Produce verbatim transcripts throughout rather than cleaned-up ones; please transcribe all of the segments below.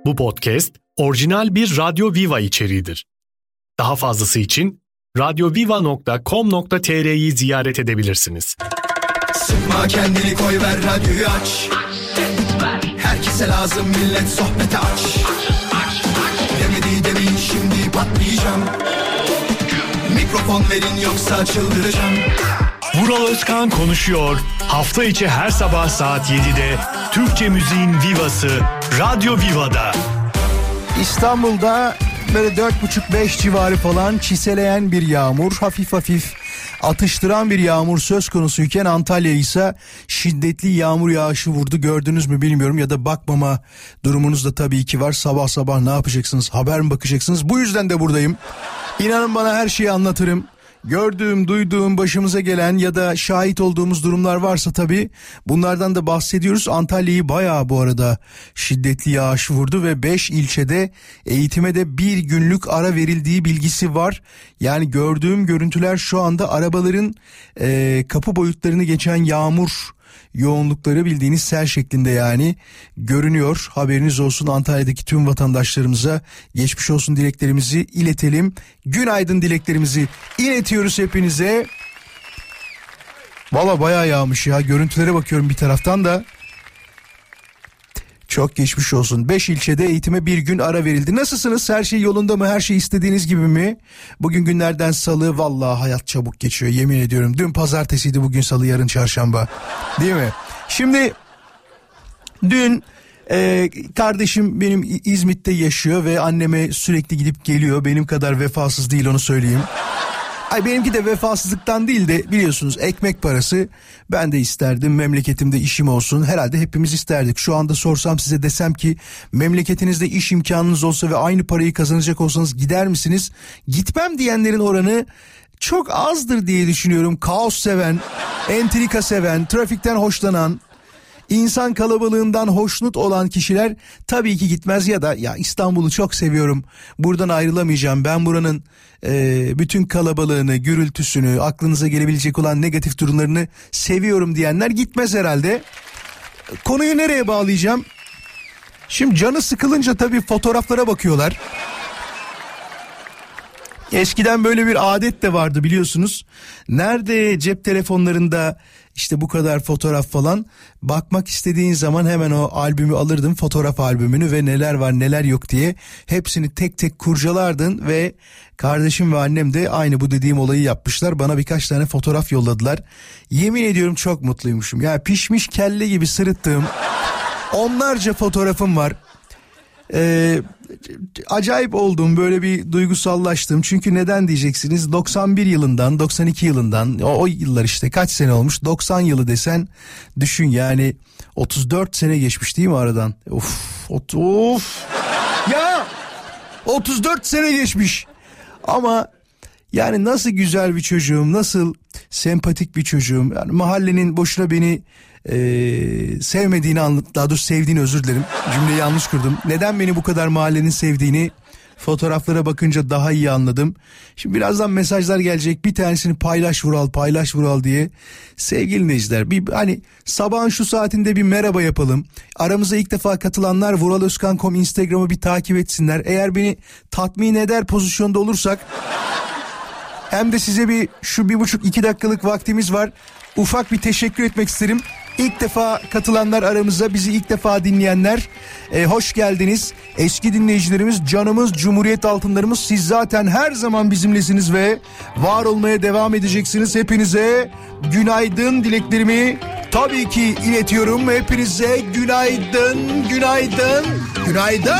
Bu podcast orijinal bir Radyo Viva içeriğidir. Daha fazlası için radyoviva nokta com nokta tr'yi ziyaret edebilirsiniz. Sıkma kendini, koy ver radyoyu aç. Herkese lazım millet, sohbete aç. Demedi demin şimdi patlayacağım. Mikrofon verin yoksa çıldıracağım. Vural Özkan konuşuyor. Hafta içi her sabah saat yedide Türkçe müziğin vivası Radyo Viva'da. İstanbul'da böyle dört buçuk beş civarı falan çiseleyen bir yağmur, hafif hafif atıştıran bir yağmur söz konusuyken Antalya'yı ise şiddetli yağmur yağışı vurdu. Gördünüz mü bilmiyorum, ya da bakmama durumunuz da tabii ki var. Sabah sabah ne yapacaksınız? Haber mi bakacaksınız? Bu yüzden de buradayım. İnanın bana, her şeyi anlatırım. Gördüğüm, duyduğum, başımıza gelen ya da şahit olduğumuz durumlar varsa tabii bunlardan da bahsediyoruz. Antalya'yı bayağı bu arada şiddetli yağış vurdu ve beş ilçede eğitime de bir günlük ara verildiği bilgisi var. Yani gördüğüm görüntüler şu anda arabaların e, kapı boyutlarını geçen yağmur yoğunlukları bildiğiniz sel şeklinde yani görünüyor. Haberiniz olsun, Antalya'daki tüm vatandaşlarımıza geçmiş olsun dileklerimizi iletelim. Günaydın dileklerimizi iletiyoruz hepinize. Valla bayağı yağmış ya, görüntülere bakıyorum bir taraftan da. Çok geçmiş olsun. beş ilçede eğitime bir gün ara verildi. Nasılsınız? Her şey yolunda mı? Her şey istediğiniz gibi mi? Bugün günlerden salı. Vallahi hayat çabuk geçiyor, yemin ediyorum. Dün pazartesiydi, bugün salı, yarın çarşamba. Değil mi? Şimdi dün e, kardeşim benim İzmit'te yaşıyor ve anneme sürekli gidip geliyor. Benim kadar vefasız değil, onu söyleyeyim. Ay benimki de vefasızlıktan değil de biliyorsunuz ekmek parası. Ben de isterdim memleketimde işim olsun. Herhalde hepimiz isterdik. Şu anda sorsam size, desem ki memleketinizde iş imkanınız olsa ve aynı parayı kazanacak olsanız gider misiniz? Gitmem diyenlerin oranı çok azdır diye düşünüyorum. Kaos seven, entrika seven, trafikten hoşlanan, İnsan kalabalığından hoşnut olan kişiler tabii ki gitmez, ya da ya İstanbul'u çok seviyorum, buradan ayrılamayacağım, ben buranın e, bütün kalabalığını, gürültüsünü, aklınıza gelebilecek olan negatif durumlarını seviyorum diyenler gitmez herhalde. Konuyu nereye bağlayacağım? Şimdi canı sıkılınca tabii fotoğraflara bakıyorlar. Eskiden böyle bir adet de vardı biliyorsunuz. Nerede cep telefonlarında işte bu kadar fotoğraf falan, bakmak istediğin zaman hemen o albümü alırdın, fotoğraf albümünü, ve neler var neler yok diye hepsini tek tek kurcalardın. Ve kardeşim ve annem de aynı bu dediğim olayı yapmışlar. Bana birkaç tane fotoğraf yolladılar. Yemin ediyorum çok mutluymuşum. Ya pişmiş kelle gibi sırıttığım onlarca fotoğrafım var. Ee, acayip oldum, böyle bir duygusallaştım. Çünkü neden diyeceksiniz? doksan bir yılından, doksan iki yılından, o, o yıllar işte kaç sene olmuş? doksan yılı desen düşün yani, otuz dört sene geçmiş değil mi aradan? Of, of, of. Ya otuz dört sene geçmiş. Ama yani nasıl güzel bir çocuğum, nasıl sempatik bir çocuğum. Yani mahallenin boşuna beni Ee, sevmediğini anlat, daha doğrusu sevdiğini, özür dilerim, cümleyi yanlış kurdum. Neden beni bu kadar mahallenin sevdiğini fotoğraflara bakınca daha iyi anladım. Şimdi birazdan mesajlar gelecek, bir tanesini paylaş Vural, paylaş Vural diye. Sevgili dinleyiciler, bir hani sabahın şu saatinde bir merhaba yapalım. Aramıza ilk defa katılanlar vural özkan nokta com Instagram'ı bir takip etsinler. Eğer beni tatmin eder pozisyonda olursak, hem de size bir şu bir buçuk iki dakikalık vaktimiz var, ufak bir teşekkür etmek isterim. İlk defa katılanlar aramıza, bizi ilk defa dinleyenler, e, hoş geldiniz. Eski dinleyicilerimiz, canımız, cumhuriyet altınlarımız, siz zaten her zaman bizimlesiniz ve var olmaya devam edeceksiniz. Hepinize günaydın dileklerimi tabii ki iletiyorum. Hepinize günaydın, günaydın, günaydın.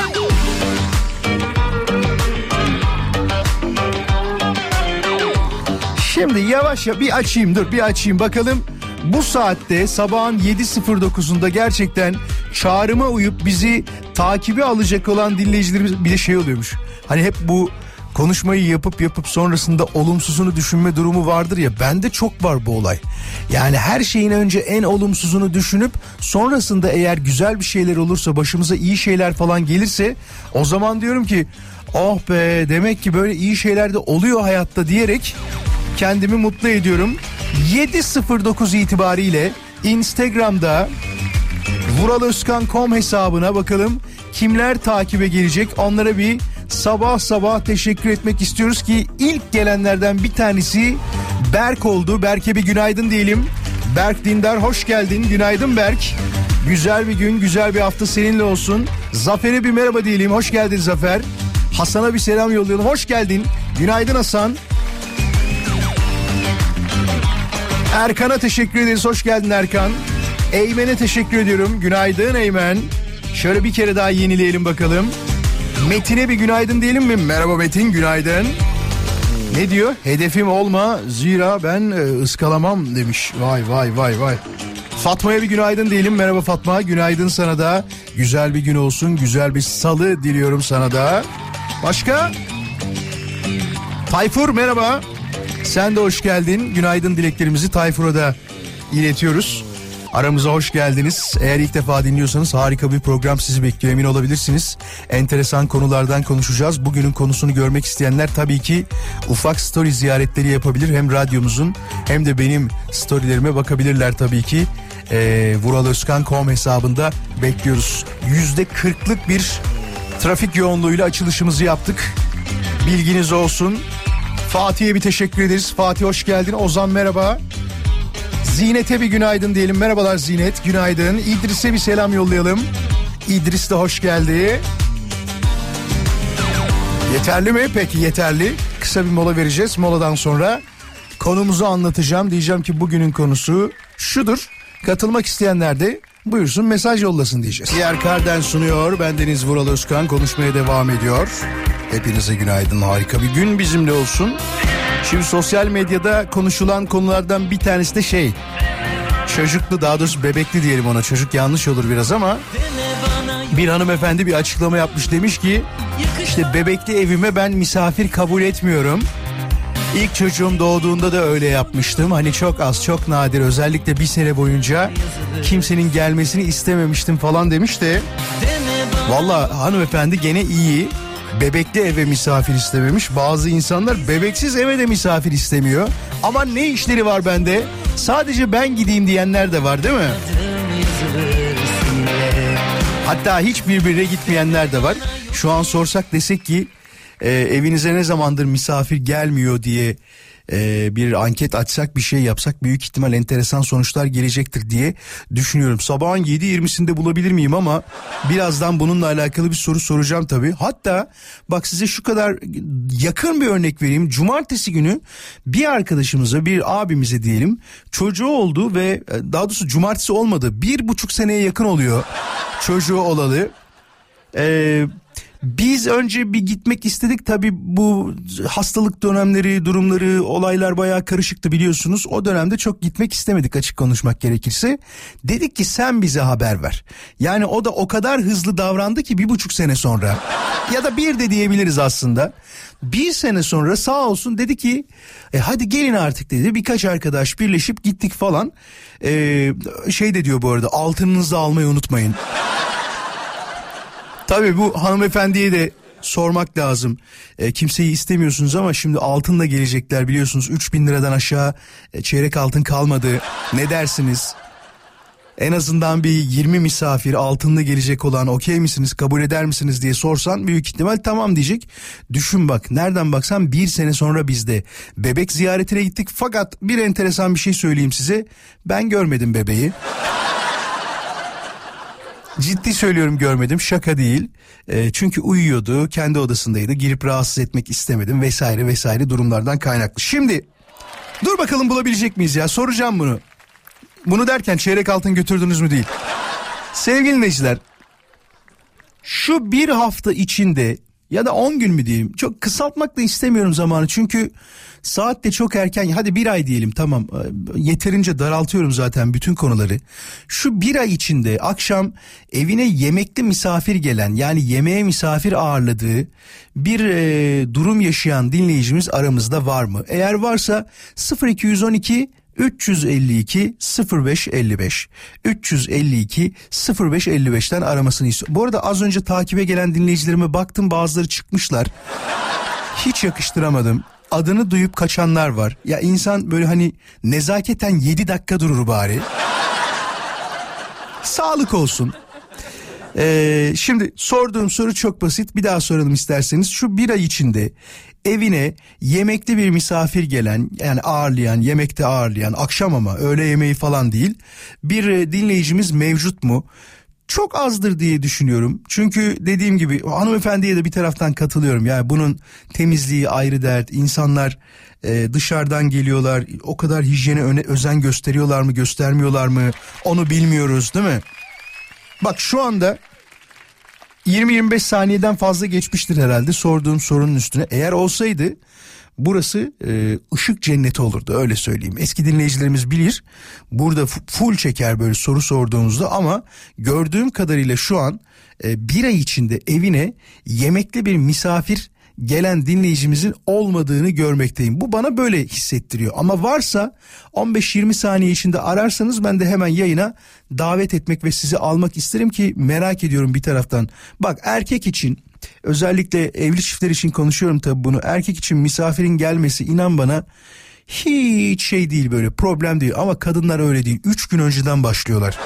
Şimdi yavaş ya bir açayım, dur bir açayım bakalım. Bu saatte sabahın yedi sıfır dokuzunda gerçekten çağrıma uyup bizi takibi alacak olan dinleyicilerimiz, bir de şey oluyormuş. Hani hep bu konuşmayı yapıp yapıp sonrasında olumsuzunu düşünme durumu vardır ya, bende çok var bu olay. Yani her şeyin önce en olumsuzunu düşünüp sonrasında eğer güzel bir şeyler olursa, başımıza iyi şeyler falan gelirse, o zaman diyorum ki oh be, demek ki böyle iyi şeyler de oluyor hayatta diyerek kendimi mutlu ediyorum. yedi sıfır dokuz itibariyle Instagram'da vural özkan nokta com hesabına bakalım kimler takibe gelecek. Onlara bir sabah sabah teşekkür etmek istiyoruz ki ilk gelenlerden bir tanesi Berk oldu. Berk'e bir günaydın diyelim. Berk Dindar hoş geldin. Günaydın Berk. Güzel bir gün, güzel bir hafta seninle olsun. Zafer'e bir merhaba diyelim. Hoş geldin Zafer. Hasan'a bir selam yollayalım. Hoş geldin. Günaydın Hasan. Erkan'a teşekkür ederiz. Hoş geldin Erkan. Eymen'e teşekkür ediyorum. Günaydın Eymen. Şöyle bir kere daha yenileyelim bakalım. Metin'e bir günaydın diyelim mi? Merhaba Metin, günaydın. Ne diyor? Hedefim olma zira ben ıskalamam demiş. Vay vay vay vay. Fatma'ya bir günaydın diyelim. Merhaba Fatma, günaydın sana da. Güzel bir gün olsun, güzel bir salı diliyorum sana da. Başka? Tayfur merhaba. Sen de hoş geldin. Günaydın dileklerimizi Tayfur'a da iletiyoruz. Aramıza hoş geldiniz. Eğer ilk defa dinliyorsanız harika bir program sizi bekliyor, emin olabilirsiniz. Enteresan konulardan konuşacağız. Bugünün konusunu görmek isteyenler tabii ki ufak story ziyaretleri yapabilir. Hem radyomuzun hem de benim storylerime bakabilirler tabii ki. Ee, vural özkan nokta com hesabında bekliyoruz. Yüzde kırklık bir trafik yoğunluğuyla açılışımızı yaptık. Bilginiz olsun. Fatih'e bir teşekkür ederiz. Fatih hoş geldin. Ozan merhaba. Zinet'e bir günaydın diyelim. Merhabalar Zinet, günaydın. İdris'e bir selam yollayalım. İdris de hoş geldi. Yeterli mi? Peki yeterli. Kısa bir mola vereceğiz. Moladan sonra konumuzu anlatacağım. Diyeceğim ki bugünün konusu şudur. Katılmak isteyenler de buyursun mesaj yollasın diyeceğiz. Diğer Karden sunuyor. Bendeniz Vural Özkan konuşmaya devam ediyor. Hepinize günaydın. Harika bir gün bizimle olsun. Şimdi sosyal medyada konuşulan konulardan bir tanesi de şey, çocuklu, daha doğrusu bebekli diyelim ona, çocuk yanlış olur biraz ama bir hanımefendi bir açıklama yapmış, demiş ki işte bebekli evime ben misafir kabul etmiyorum. İlk çocuğum doğduğunda da öyle yapmıştım. Hani çok az, çok nadir, özellikle bir sene boyunca kimsenin gelmesini istememiştim falan demiş de. Valla hanımefendi gene iyi. Bebekli eve misafir istememiş. Bazı insanlar bebeksiz eve de misafir istemiyor. Ama ne işleri var bende? Sadece ben gideyim diyenler de var değil mi? Hatta hiç birbirine gitmeyenler de var. Şu an sorsak desek ki e, evinize ne zamandır misafir gelmiyor diye e, bir anket açsak, bir şey yapsak büyük ihtimal enteresan sonuçlar gelecektir diye düşünüyorum. Sabahın yedi yirmisinde bulabilir miyim ama birazdan bununla alakalı bir soru soracağım tabii. Hatta bak size şu kadar yakın bir örnek vereyim. Cumartesi günü bir arkadaşımıza, bir abimize diyelim, çocuğu oldu ve daha doğrusu cumartesi olmadı, bir buçuk seneye yakın oluyor çocuğu olalı. Eee Biz önce bir gitmek istedik, tabii bu hastalık dönemleri, durumları, olaylar bayağı karışıktı biliyorsunuz. O dönemde çok gitmek istemedik açık konuşmak gerekirse. Dedik ki sen bize haber ver. Yani o da o kadar hızlı davrandı ki bir buçuk sene sonra ya da bir de diyebiliriz aslında. Bir sene sonra sağ olsun dedi ki e, hadi gelin artık dedi. Birkaç arkadaş birleşip gittik falan. E, şey de diyor bu arada, altınınızı almayı unutmayın. Tabii bu hanımefendiye de sormak lazım. E, kimseyi istemiyorsunuz ama şimdi altınla gelecekler biliyorsunuz. üç bin liradan aşağı e, çeyrek altın kalmadı. Ne dersiniz? En azından bir yirmi misafir altınla gelecek olan okey misiniz, kabul eder misiniz diye sorsan büyük ihtimal tamam diyecek. Düşün bak, nereden baksan bir sene sonra biz de bebek ziyaretine gittik. Fakat bir enteresan bir şey söyleyeyim size. Ben görmedim bebeği. Ciddi söylüyorum, görmedim, şaka değil. E, çünkü uyuyordu, kendi odasındaydı, girip rahatsız etmek istemedim vesaire vesaire durumlardan kaynaklı. Şimdi dur bakalım bulabilecek miyiz ya, soracağım bunu. Bunu derken çeyrek altın götürdünüz mü değil. Sevgili dinleyiciler, şu bir hafta içinde ya da on gün mü diyeyim, çok kısaltmak da istemiyorum zamanı çünkü saat de çok erken, hadi bir ay diyelim, tamam yeterince daraltıyorum zaten bütün konuları. Şu bir ay içinde akşam evine yemekli misafir gelen, yani yemeğe misafir ağırladığı bir e, durum yaşayan dinleyicimiz aramızda var mı? Eğer varsa sıfır iki yüz on iki üç yüz elli iki sıfır beş elli beş üç yüz elli iki sıfır beş elli beşten aramasını istiyorum. Bu arada az önce takibe gelen dinleyicilerime baktım, bazıları çıkmışlar. Hiç yakıştıramadım. Adını duyup kaçanlar var. Ya insan böyle hani nezaketen yedi dakika durur bari. Sağlık olsun. Ee, şimdi sorduğum soru çok basit. Bir daha soralım isterseniz. Şu bir ay içinde evine yemekli bir misafir gelen, yani ağırlayan, yemekte ağırlayan, akşam ama öğle yemeği falan değil, bir dinleyicimiz mevcut mu? Çok azdır diye düşünüyorum. Çünkü dediğim gibi hanımefendiye de bir taraftan katılıyorum. Yani bunun temizliği ayrı dert. İnsanlar e, dışarıdan geliyorlar. O kadar hijyene öne, özen gösteriyorlar mı, göstermiyorlar mı? Onu bilmiyoruz, değil mi? Bak şu anda yirmi yirmi beş saniyeden fazla geçmiştir herhalde sorduğum sorunun üstüne. Eğer olsaydı burası e, ışık cenneti olurdu, öyle söyleyeyim. Eski dinleyicilerimiz bilir, burada full çeker böyle soru sorduğumuzda, ama gördüğüm kadarıyla şu an e, bir ay içinde evine yemekli bir misafir gelen dinleyicimizin olmadığını görmekteyim. Bu bana böyle hissettiriyor, ama varsa on beş yirmi saniye içinde ararsanız ben de hemen yayına davet etmek ve sizi almak isterim ki merak ediyorum bir taraftan. Bak, erkek için, özellikle evli çiftler için konuşuyorum tabii bunu. Erkek için misafirin gelmesi, inan bana, hiç şey değil, böyle problem değil, ama kadınlar öyle değil. Üç gün önceden başlıyorlar.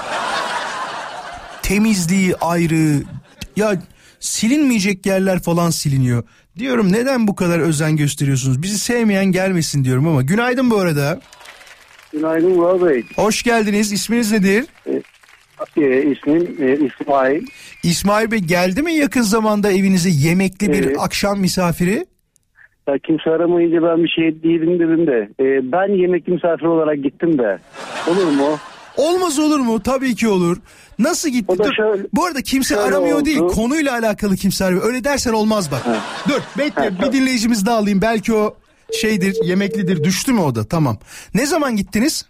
Temizliği ayrı, ya silinmeyecek yerler falan siliniyor. Diyorum neden bu kadar özen gösteriyorsunuz? Bizi sevmeyen gelmesin diyorum ama. Günaydın bu arada. Günaydın Murat Bey. Hoş geldiniz. İsminiz nedir? E, e, ismim e, İsmail. İsmail Bey, geldi mi yakın zamanda evinize yemekli bir Evet. akşam misafiri? Ya kimse aramayınca ben bir şey değilim dedim de. E, ben yemekli misafir olarak gittim de. Olur mu? Olmaz olur mu? Tabii ki olur. Nasıl gitti? O da Dur. şöyle- Bu arada kimse şöyle aramıyor oldu. değil. Konuyla alakalı kimse aramıyor. Öyle dersen olmaz bak. Dur bekle, bir dinleyicimiz daha alayım. Belki o şeydir, yemeklidir. Düştü mü o da? Tamam. Ne zaman gittiniz?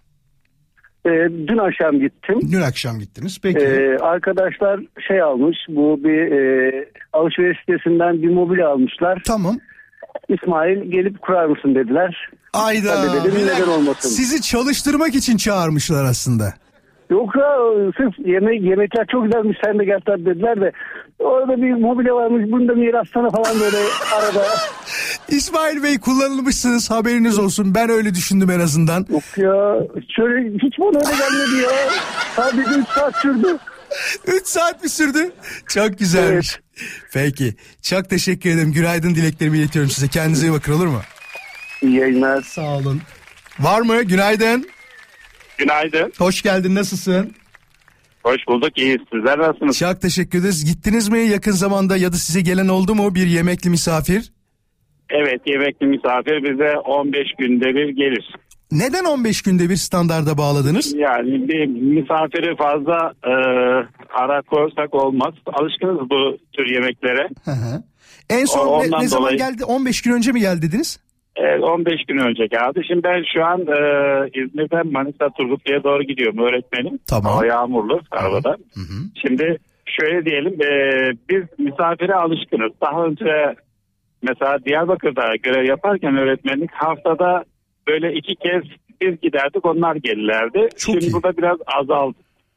E, dün akşam gittim. Dün akşam gittiniz. Peki. E, arkadaşlar şey almış. Bu bir e, alışveriş sitesinden bir mobilya almışlar. Tamam. İsmail gelip kurar mısın dediler. Ayda. Tabii dedim, Bir neden dakika. olmasın? Sizi çalıştırmak için çağırmışlar aslında. Yok ya, sırf yemek, yemekler çok güzelmiş, sen de gel tabii dediler de. Orada bir mobilya varmış, bunu da mirassana falan böyle arada. İsmail Bey, kullanılmışsınız, haberiniz olsun. Ben öyle düşündüm en azından. Yok ya, şöyle hiç bana öyle gelmedi ya. Sadece üç saat sürdü. üç saat mi sürdü? Çok güzelmiş. Peki. Çok teşekkür ederim. Günaydın dileklerimi iletiyorum size. Kendinize iyi bakın, olur mu? İyi yayınlar. Sağ olun. Var mı? Günaydın. Günaydın. Hoş geldin. Nasılsın? Hoş bulduk. İyiyiz. Sizler nasılsınız? Çok teşekkür ederiz. Gittiniz mi yakın zamanda, ya da size gelen oldu mu bir yemekli misafir? Evet, yemekli misafir bize on beş günde bir gelir. Neden on beş günde bir standarda bağladınız? Yani bir misafiri fazla e, ara koysak olmaz. Alışkınız bu tür yemeklere. Hı hı. En son O- ne, ondan ne zaman dolayı- geldi? on beş gün önce mi geldi dediniz? Evet, on beş gün önce geldi. Şimdi ben şu an e, İzmir'den Manisa Turgutlu'ya doğru gidiyorum, öğretmenim. Tamam. Hava yağmurlu arabada. Hı hı. Şimdi şöyle diyelim, e, biz misafire alışkınız. Daha önce mesela Diyarbakır'da görev yaparken öğretmenlik, haftada böyle iki kez biz giderdik, onlar gelirlerdi. Çok Şimdi iyi. bu da biraz azaldı.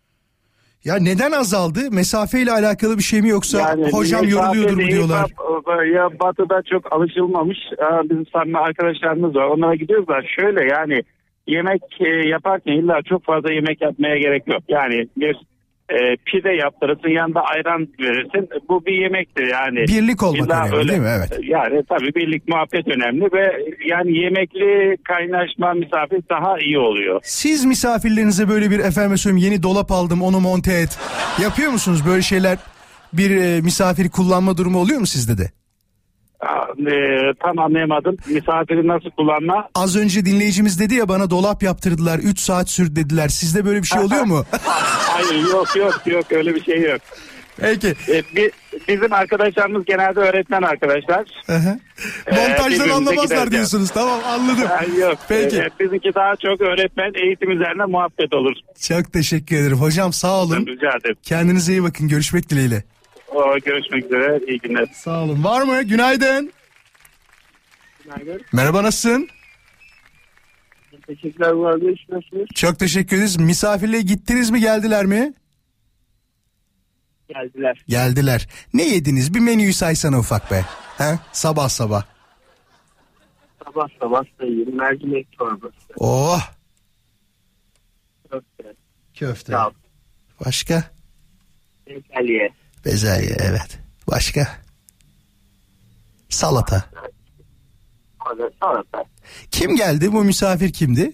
Ya neden azaldı? Mesafeyle alakalı bir şey mi, yoksa hocam mesafe yoruluyordur mu değil, diyorlar? bab- Ya batıda çok alışılmamış. Aa, bizim samimi arkadaşlarımız var. Onlara gidiyoruz da şöyle, yani yemek e, yaparken illa çok fazla yemek yapmaya gerek yok. Yani bir e, pide yaptırırsın, yanında ayran verirsin. Bu bir yemektir yani. Birlik olmak İlla önemli değil mi? Evet. Yani tabii birlik, muhabbet önemli ve yani yemekli kaynaşma, misafir daha iyi oluyor. Siz misafirlerinize böyle bir, efendim söyleyeyim, yeni dolap aldım onu monte et, yapıyor musunuz böyle şeyler? Bir e, misafiri kullanma durumu oluyor mu sizde de? Aa, e, tam anlayamadım. Misafiri nasıl kullanma? Az önce dinleyicimiz dedi ya, bana dolap yaptırdılar, üç saat sürdü dediler. Sizde böyle bir şey oluyor mu? Hayır, yok yok yok, öyle bir şey yok. Peki. E, bi- bizim arkadaşlarımız genelde öğretmen arkadaşlar. Hı hı. Ee, Montajdan birbirimize anlamazlar gideriz diyorsunuz. Tamam, anladım. Yani yok. Peki. E, bizimki daha çok öğretmen, eğitim üzerine muhabbet olur. Çok teşekkür ederim. Hocam sağ olun. Rica ederim. Kendinize iyi bakın. Görüşmek dileğiyle. O, görüşmek üzere. İyi günler. Sağ olun. Var mı? Günaydın. Günaydın. Merhaba, nasılsın? Teşekkürler bu arada. İş nasılsınız? Çok teşekkür ederiz. Misafirliğe gittiniz mi, geldiler mi? Geldiler. Geldiler. Ne yediniz? Bir menüyü saysana ufak be. He? Sabah sabah. Sabah sabah sayayım. Mercimek çorbası. Oh. Köfte. Köfte. Pilav. Başka? Bezelye. Bezelye, evet. Başka? Salata. Salata. Kim geldi? Bu misafir kimdi?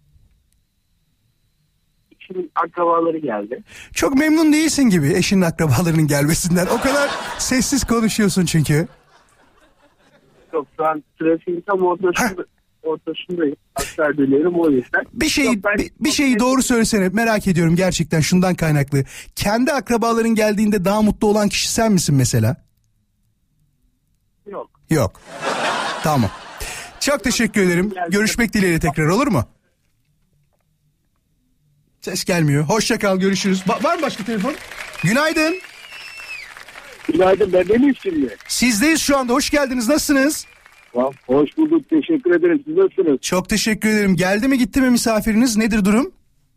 Eşimin akrabaları geldi. Çok memnun değilsin gibi eşinin akrabalarının gelmesinden. O kadar sessiz konuşuyorsun çünkü. Yok, şu an trafiğin tam ortasında, ortasındayım. Aktar dönüyorum o yüzden. Bir şeyi Yok, ben, bir, bir şeyi doğru söylesene, merak ediyorum gerçekten, şundan kaynaklı. Kendi akrabaların geldiğinde daha mutlu olan kişi sen misin mesela? Yok. Yok. Tamam. Çok teşekkür ederim. Görüşmek dileğiyle tekrar, olur mu? Ses gelmiyor. Hoşça kal, görüşürüz. Ba- var mı başka telefon? Günaydın. Günaydın, ben benim şimdi. Sizdeyiz şu anda. Hoş geldiniz. Nasılsınız? Hoş bulduk. Teşekkür ederim. Siz nasılsınız? Çok teşekkür ederim. Geldi mi gitti mi misafiriniz? Nedir durum?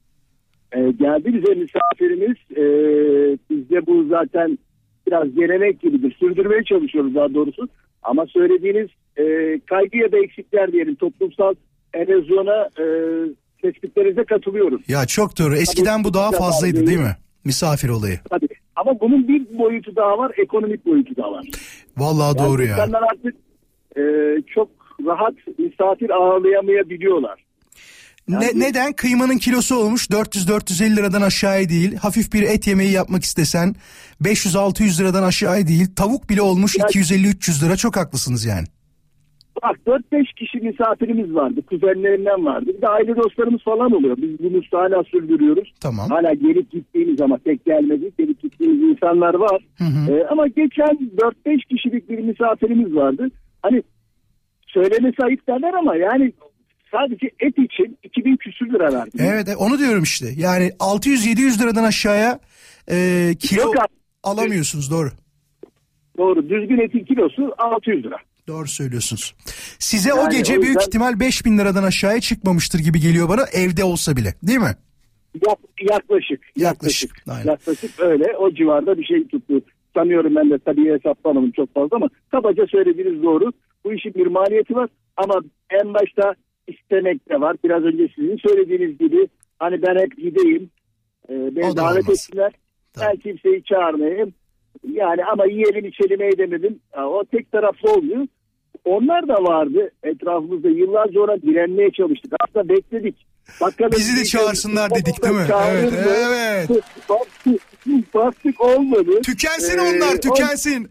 Ee, geldi bize misafirimiz. Ee, bizde bu zaten biraz gelenek gibidir. Sürdürmeye çalışıyoruz daha doğrusu. Ama söylediğiniz e, kaygı ya da eksikler diyelim, toplumsal erozyona e, tespitlerinize katılıyorum. Ya çok doğru. Eskiden bu daha fazlaydı değil mi? Misafir olayı. Tabii. Ama bunun bir boyutu daha var. Ekonomik boyutu da var. Vallahi yani doğru ya. İnsanlar artık e, çok rahat misafir ağırlayamayabiliyorlar. Yani ne, neden? Kıymanın kilosu olmuş dört yüz dört yüz elli liradan aşağıya değil. Hafif bir et yemeği yapmak istesen beş yüz altı yüz liradan aşağıya değil. Tavuk bile olmuş yani, iki yüz elli üç yüz lira. Çok haklısınız yani. Bak, dört beş kişi misafirimiz vardı. Kuzenlerinden vardı. Bir de aile dostlarımız falan oluyor. Biz bunu hala sürdürüyoruz. Tamam. Hala gelip gittiğimiz, ama tek gelmedik, gelip gittiğimiz insanlar var. Hı hı. Ee, ama geçen dört beş kişilik bir misafirimiz vardı. Hani söylemesi ayıp derler ama yani sadece et için iki bin küsür lira verdi. Evet, onu diyorum işte. Yani altı yüz yedi yüz liradan aşağıya e, kilo Yok, alamıyorsunuz, doğru. Doğru. Düzgün etin kilosu altı yüz lira. Doğru söylüyorsunuz. Size Yani o gece o yüzden... büyük ihtimal beş bin liradan aşağıya çıkmamıştır gibi geliyor bana, evde olsa bile, değil mi? Yak, yaklaşık. Yaklaşık. Yaklaşık, yaklaşık öyle. O civarda bir şey tuttu. Sanıyorum, ben de tabii hesaplamadım çok fazla ama kabaca söylediğiniz doğru. Bu işin bir maliyeti var ama en başta istemek de var. Biraz önce sizin söylediğiniz gibi hani ben hep gideyim. E, beni davet olmaz. ettiler. Tamam. Ben kimseyi çağırmayayım. Yani ama yiyelim içelim edemedim. O tek taraflı olmuyor. Onlar da vardı etrafımızda. Yıllar sonra direnmeye çalıştık. Aslında bekledik. Bakalım, bizi de çağırsınlar dedik değil mi? Evet, evet. Baktık, baktık olmadı. Tükensin Ee, onlar, tükensin.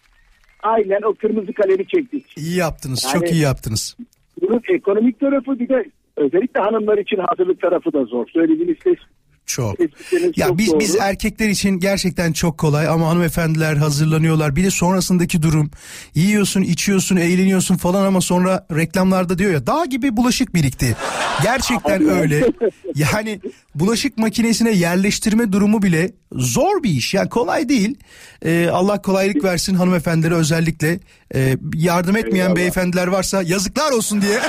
Aynen o kırmızı kalemi çektik. İyi yaptınız, Yani, çok iyi yaptınız. Bunun ekonomik tarafı, bir de özellikle hanımlar için hazırlık tarafı da zor. Söylediğiniz ses. Çok. Ya biz doğru. biz erkekler için gerçekten çok kolay ama hanımefendiler hazırlanıyorlar. Bir de sonrasındaki durum, yiyorsun, içiyorsun, eğleniyorsun falan ama sonra reklamlarda diyor ya, dağ gibi bulaşık birikti. Gerçekten öyle. Yani bulaşık makinesine yerleştirme durumu bile zor bir iş. Yani kolay değil. Ee, Allah kolaylık versin hanımefendilere özellikle. Ee, yardım etmeyen Eyvallah. beyefendiler varsa yazıklar olsun diye.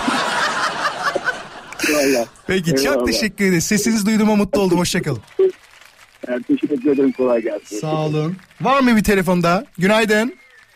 Eyvallah. Peki, Eyvallah. çok teşekkür ederiz. Sesinizi duyduğuma mutlu oldum. Hoşçakalın. Yani teşekkür ederim, kolay gelsin. Sağ olun. Var mı bir telefon daha? Günaydın.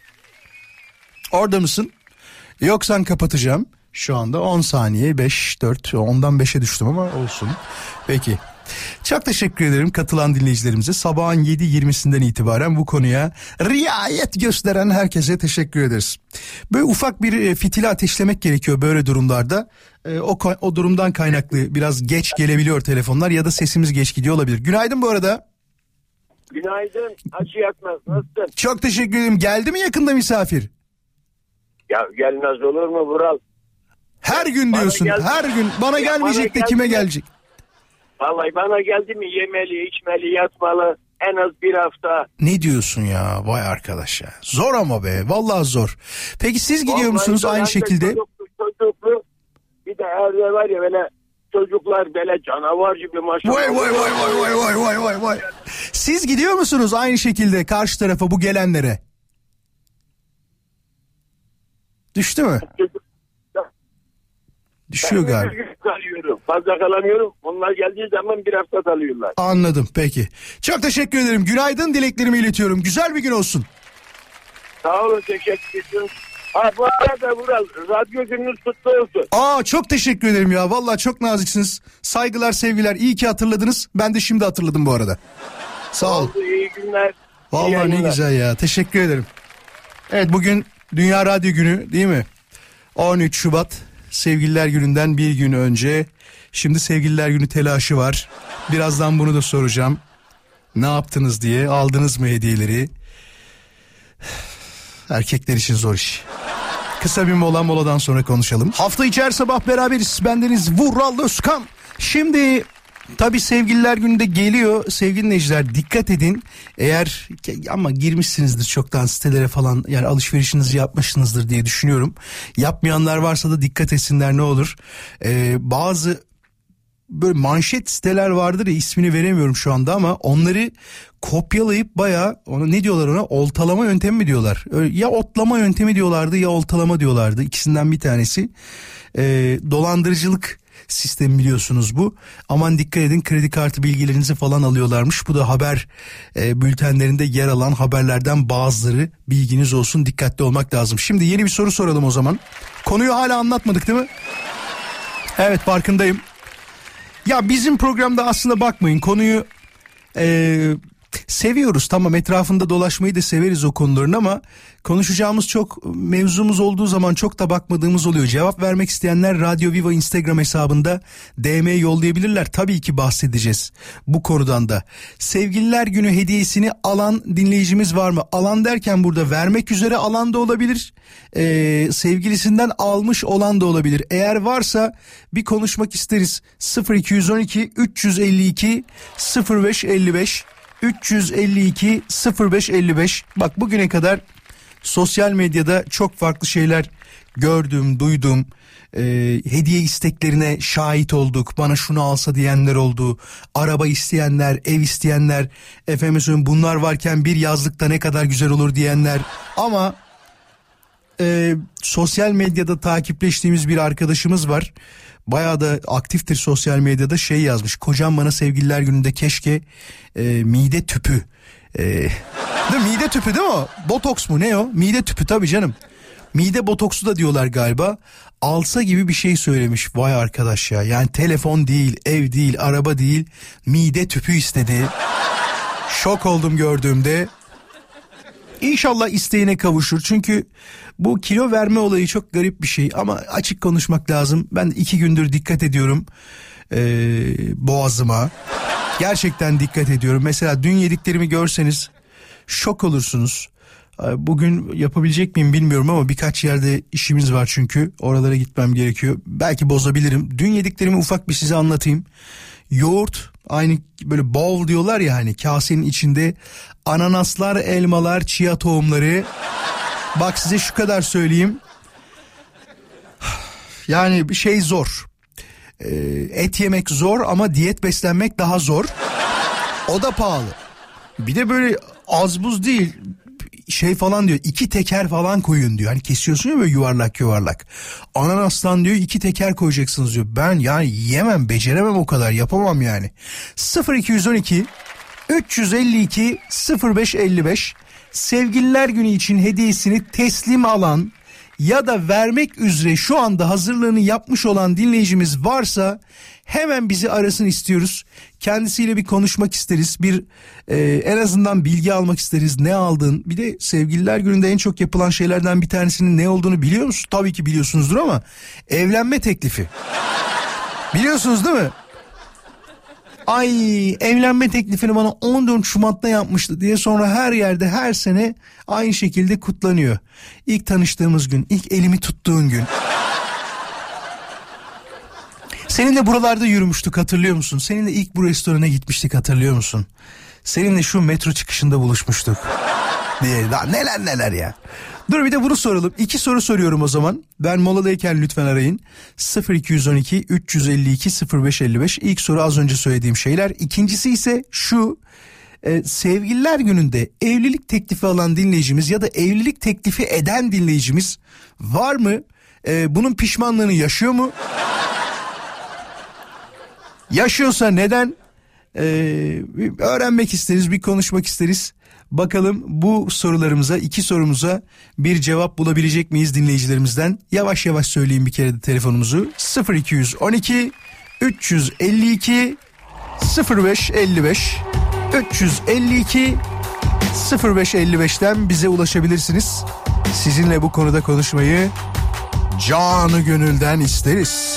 Orada mısın? Yoksan kapatacağım. Şu anda on saniye, beş, dört, ondan beşe düştüm ama olsun. Peki. Çok teşekkür ederim katılan dinleyicilerimize. Sabahın yedi yirmisinden itibaren bu konuya riayet gösteren herkese teşekkür ederiz. Böyle ufak bir fitili ateşlemek gerekiyor böyle durumlarda. O, o durumdan kaynaklı biraz geç gelebiliyor telefonlar ya da sesimiz geç gidiyor olabilir. Günaydın bu arada. Günaydın. Acı yakmaz. Nasılsın? Çok teşekkür ederim. Geldi mi yakında misafir? Ya gelmez olur mu Vural? Her gün diyorsun. Geldi. Her gün. Bana Ya gelmeyecek bana de kime geldi. gelecek? Vallahi bana geldi mi yemeli, içmeli, yatmalı en az bir hafta. Ne diyorsun ya? Vay arkadaş ya. Zor ama be. Vallahi zor. Peki siz gidiyor Vallahi musunuz aynı şekilde? Çocuklu, çocuklu. Bir de evde var ya böyle çocuklar böyle canavar gibi maşallah. Vay vay vay vay vay vay vay vay vay. Siz gidiyor musunuz aynı şekilde karşı tarafa bu gelenlere? Düştü mü? Düşüyor galiba. Kalıyorum. Fazla kalamıyorum. Onlar geldiği zaman bir hafta kalıyorlar. Anladım, peki. Çok teşekkür ederim. Günaydın dileklerimi iletiyorum. Güzel bir gün olsun. Sağ olun, teşekkür ederim. Ha bu arada Vural, radyo gününüz kutlu olsun. Aa, çok teşekkür ederim ya. Vallahi çok naziksiniz. Saygılar, sevgiler. İyi ki hatırladınız. Ben de şimdi hatırladım bu arada. Sağ ol. Oldu, iyi günler. Vallahi iyi ne günler. güzel ya. Teşekkür ederim. Evet, bugün Dünya Radyo Günü değil mi? on üç Şubat, Sevgililer Günü'nden bir gün önce. Şimdi Sevgililer Günü telaşı var. Birazdan bunu da soracağım. Ne yaptınız diye, aldınız mı hediyeleri? Erkekler için zor iş. Kısa bir mola, moladan sonra konuşalım. Hafta içi her sabah beraberiz. Bendeniz Vural Özkan. Şimdi tabii Sevgililer Günü de geliyor. Sevgili dinleyiciler, dikkat edin. Eğer ama girmişsinizdir çoktan sitelere falan, yani alışverişinizi yapmışsınızdır diye düşünüyorum. Yapmayanlar varsa da dikkat etsinler, ne olur. Ee, bazı böyle manşet siteler vardır ya, ismini veremiyorum şu anda ama onları kopyalayıp bayağı, ona ne diyorlar, ona oltalama yöntemi mi diyorlar? Ya otlama yöntemi diyorlardı ya oltalama diyorlardı, ikisinden bir tanesi. Ee, dolandırıcılık sistemi biliyorsunuz bu. Aman dikkat edin, kredi kartı bilgilerinizi falan alıyorlarmış. Bu da haber e, bültenlerinde yer alan haberlerden bazıları, bilginiz olsun, dikkatli olmak lazım. Şimdi yeni bir soru soralım o zaman. Konuyu hala anlatmadık değil mi? Evet, farkındayım. Ya bizim programda aslında bakmayın, konuyu e, seviyoruz, tamam, etrafında dolaşmayı da severiz o konuların, ama konuşacağımız çok mevzumuz olduğu zaman çok da bakmadığımız oluyor. Cevap vermek isteyenler Radyo Viva Instagram hesabında D M yollayabilirler. Tabii ki bahsedeceğiz bu konudan da. Sevgililer Günü hediyesini alan dinleyicimiz var mı? Alan derken burada vermek üzere alan da olabilir. Ee, sevgilisinden almış olan da olabilir. Eğer varsa bir konuşmak isteriz. sıfır iki on iki üç yüz elli iki sıfır beş elli beş üç yüz elli iki sıfır beş elli beş. Bak, bugüne kadar sosyal medyada çok farklı şeyler gördüm, duydum. Ee, hediye isteklerine şahit olduk. Bana şunu alsa diyenler oldu. Araba isteyenler, ev isteyenler, efendim söyleyeyim, bunlar varken bir yazlıkta ne kadar güzel olur diyenler. Ama e, sosyal medyada takipleştiğimiz bir arkadaşımız var. Bayağı da aktiftir sosyal medyada, şey yazmış. Kocam bana Sevgililer Günü'nde keşke e, mide tüpü. E, de mide tüpü değil mi o? Botoks mu ne o? Mide tüpü tabii canım. Mide botoksu da diyorlar galiba. Alsa gibi bir şey söylemiş. Vay arkadaş ya. Yani telefon değil, ev değil, araba değil. Mide tüpü istedi. Şok oldum gördüğümde. İnşallah isteğine kavuşur. Çünkü bu kilo verme olayı çok garip bir şey. Ama açık konuşmak lazım. Ben iki gündür dikkat ediyorum ee, boğazıma. Gerçekten dikkat ediyorum. Mesela dün yediklerimi görseniz şok olursunuz. Bugün yapabilecek miyim bilmiyorum ama birkaç yerde işimiz var çünkü. Oralara gitmem gerekiyor. Belki bozabilirim. Dün yediklerimi ufak bir size anlatayım. Yoğurt, aynı böyle bowl diyorlar ya, hani kasenin içinde ananaslar, elmalar, chia tohumları. Bak size şu kadar söyleyeyim. Yani bir şey zor. Ee, et yemek zor ama diyet beslenmek daha zor. O da pahalı. Bir de böyle az buz değil, şey falan diyor, iki teker falan koyun diyor. Hani kesiyorsun ya böyle yuvarlak yuvarlak. Ananastan diyor iki teker koyacaksınız diyor. Ben yani yemem, beceremem, o kadar yapamam yani. sıfır iki on iki üç yüz elli iki sıfır beş elli beş Sevgililer Günü için hediyesini teslim alan ya da vermek üzere şu anda hazırlığını yapmış olan dinleyicimiz varsa hemen bizi arasın istiyoruz. Kendisiyle bir konuşmak isteriz. Bir e, en azından bilgi almak isteriz. Ne aldın? Bir de Sevgililer Günü'nde en çok yapılan şeylerden bir tanesinin ne olduğunu biliyor musun? Tabii ki biliyorsunuzdur ama evlenme teklifi. Biliyorsunuz değil mi? Ay, evlenme teklifini bana on dört Şubat'ta yapmıştı diye sonra her yerde her sene aynı şekilde kutlanıyor. İlk tanıştığımız gün, ilk elimi tuttuğun gün. Seninle buralarda yürümüştük, hatırlıyor musun? Seninle ilk bu restorana gitmiştik, hatırlıyor musun? Seninle şu metro çıkışında buluşmuştuk diye. Daha neler neler ya. Dur bir de bunu soralım. İki soru soruyorum o zaman. Ben moladayken lütfen arayın. sıfır iki on iki üç yüz elli iki sıfır beş elli beş. İlk soru az önce söylediğim şeyler. İkincisi ise şu. E, Sevgililer Günü'nde evlilik teklifi alan dinleyicimiz ya da evlilik teklifi eden dinleyicimiz var mı? E, bunun pişmanlığını yaşıyor mu? Yaşıyorsa neden? Ee, öğrenmek isteriz, bir konuşmak isteriz. Bakalım bu sorularımıza, iki sorumuza bir cevap bulabilecek miyiz dinleyicilerimizden? Yavaş yavaş söyleyeyim bir kere de telefonumuzu. sıfır iki on iki üç yüz elli iki sıfır beş elli beş üç yüz elli iki sıfır beş elli beşten bize ulaşabilirsiniz. Sizinle bu konuda konuşmayı canı gönülden isteriz.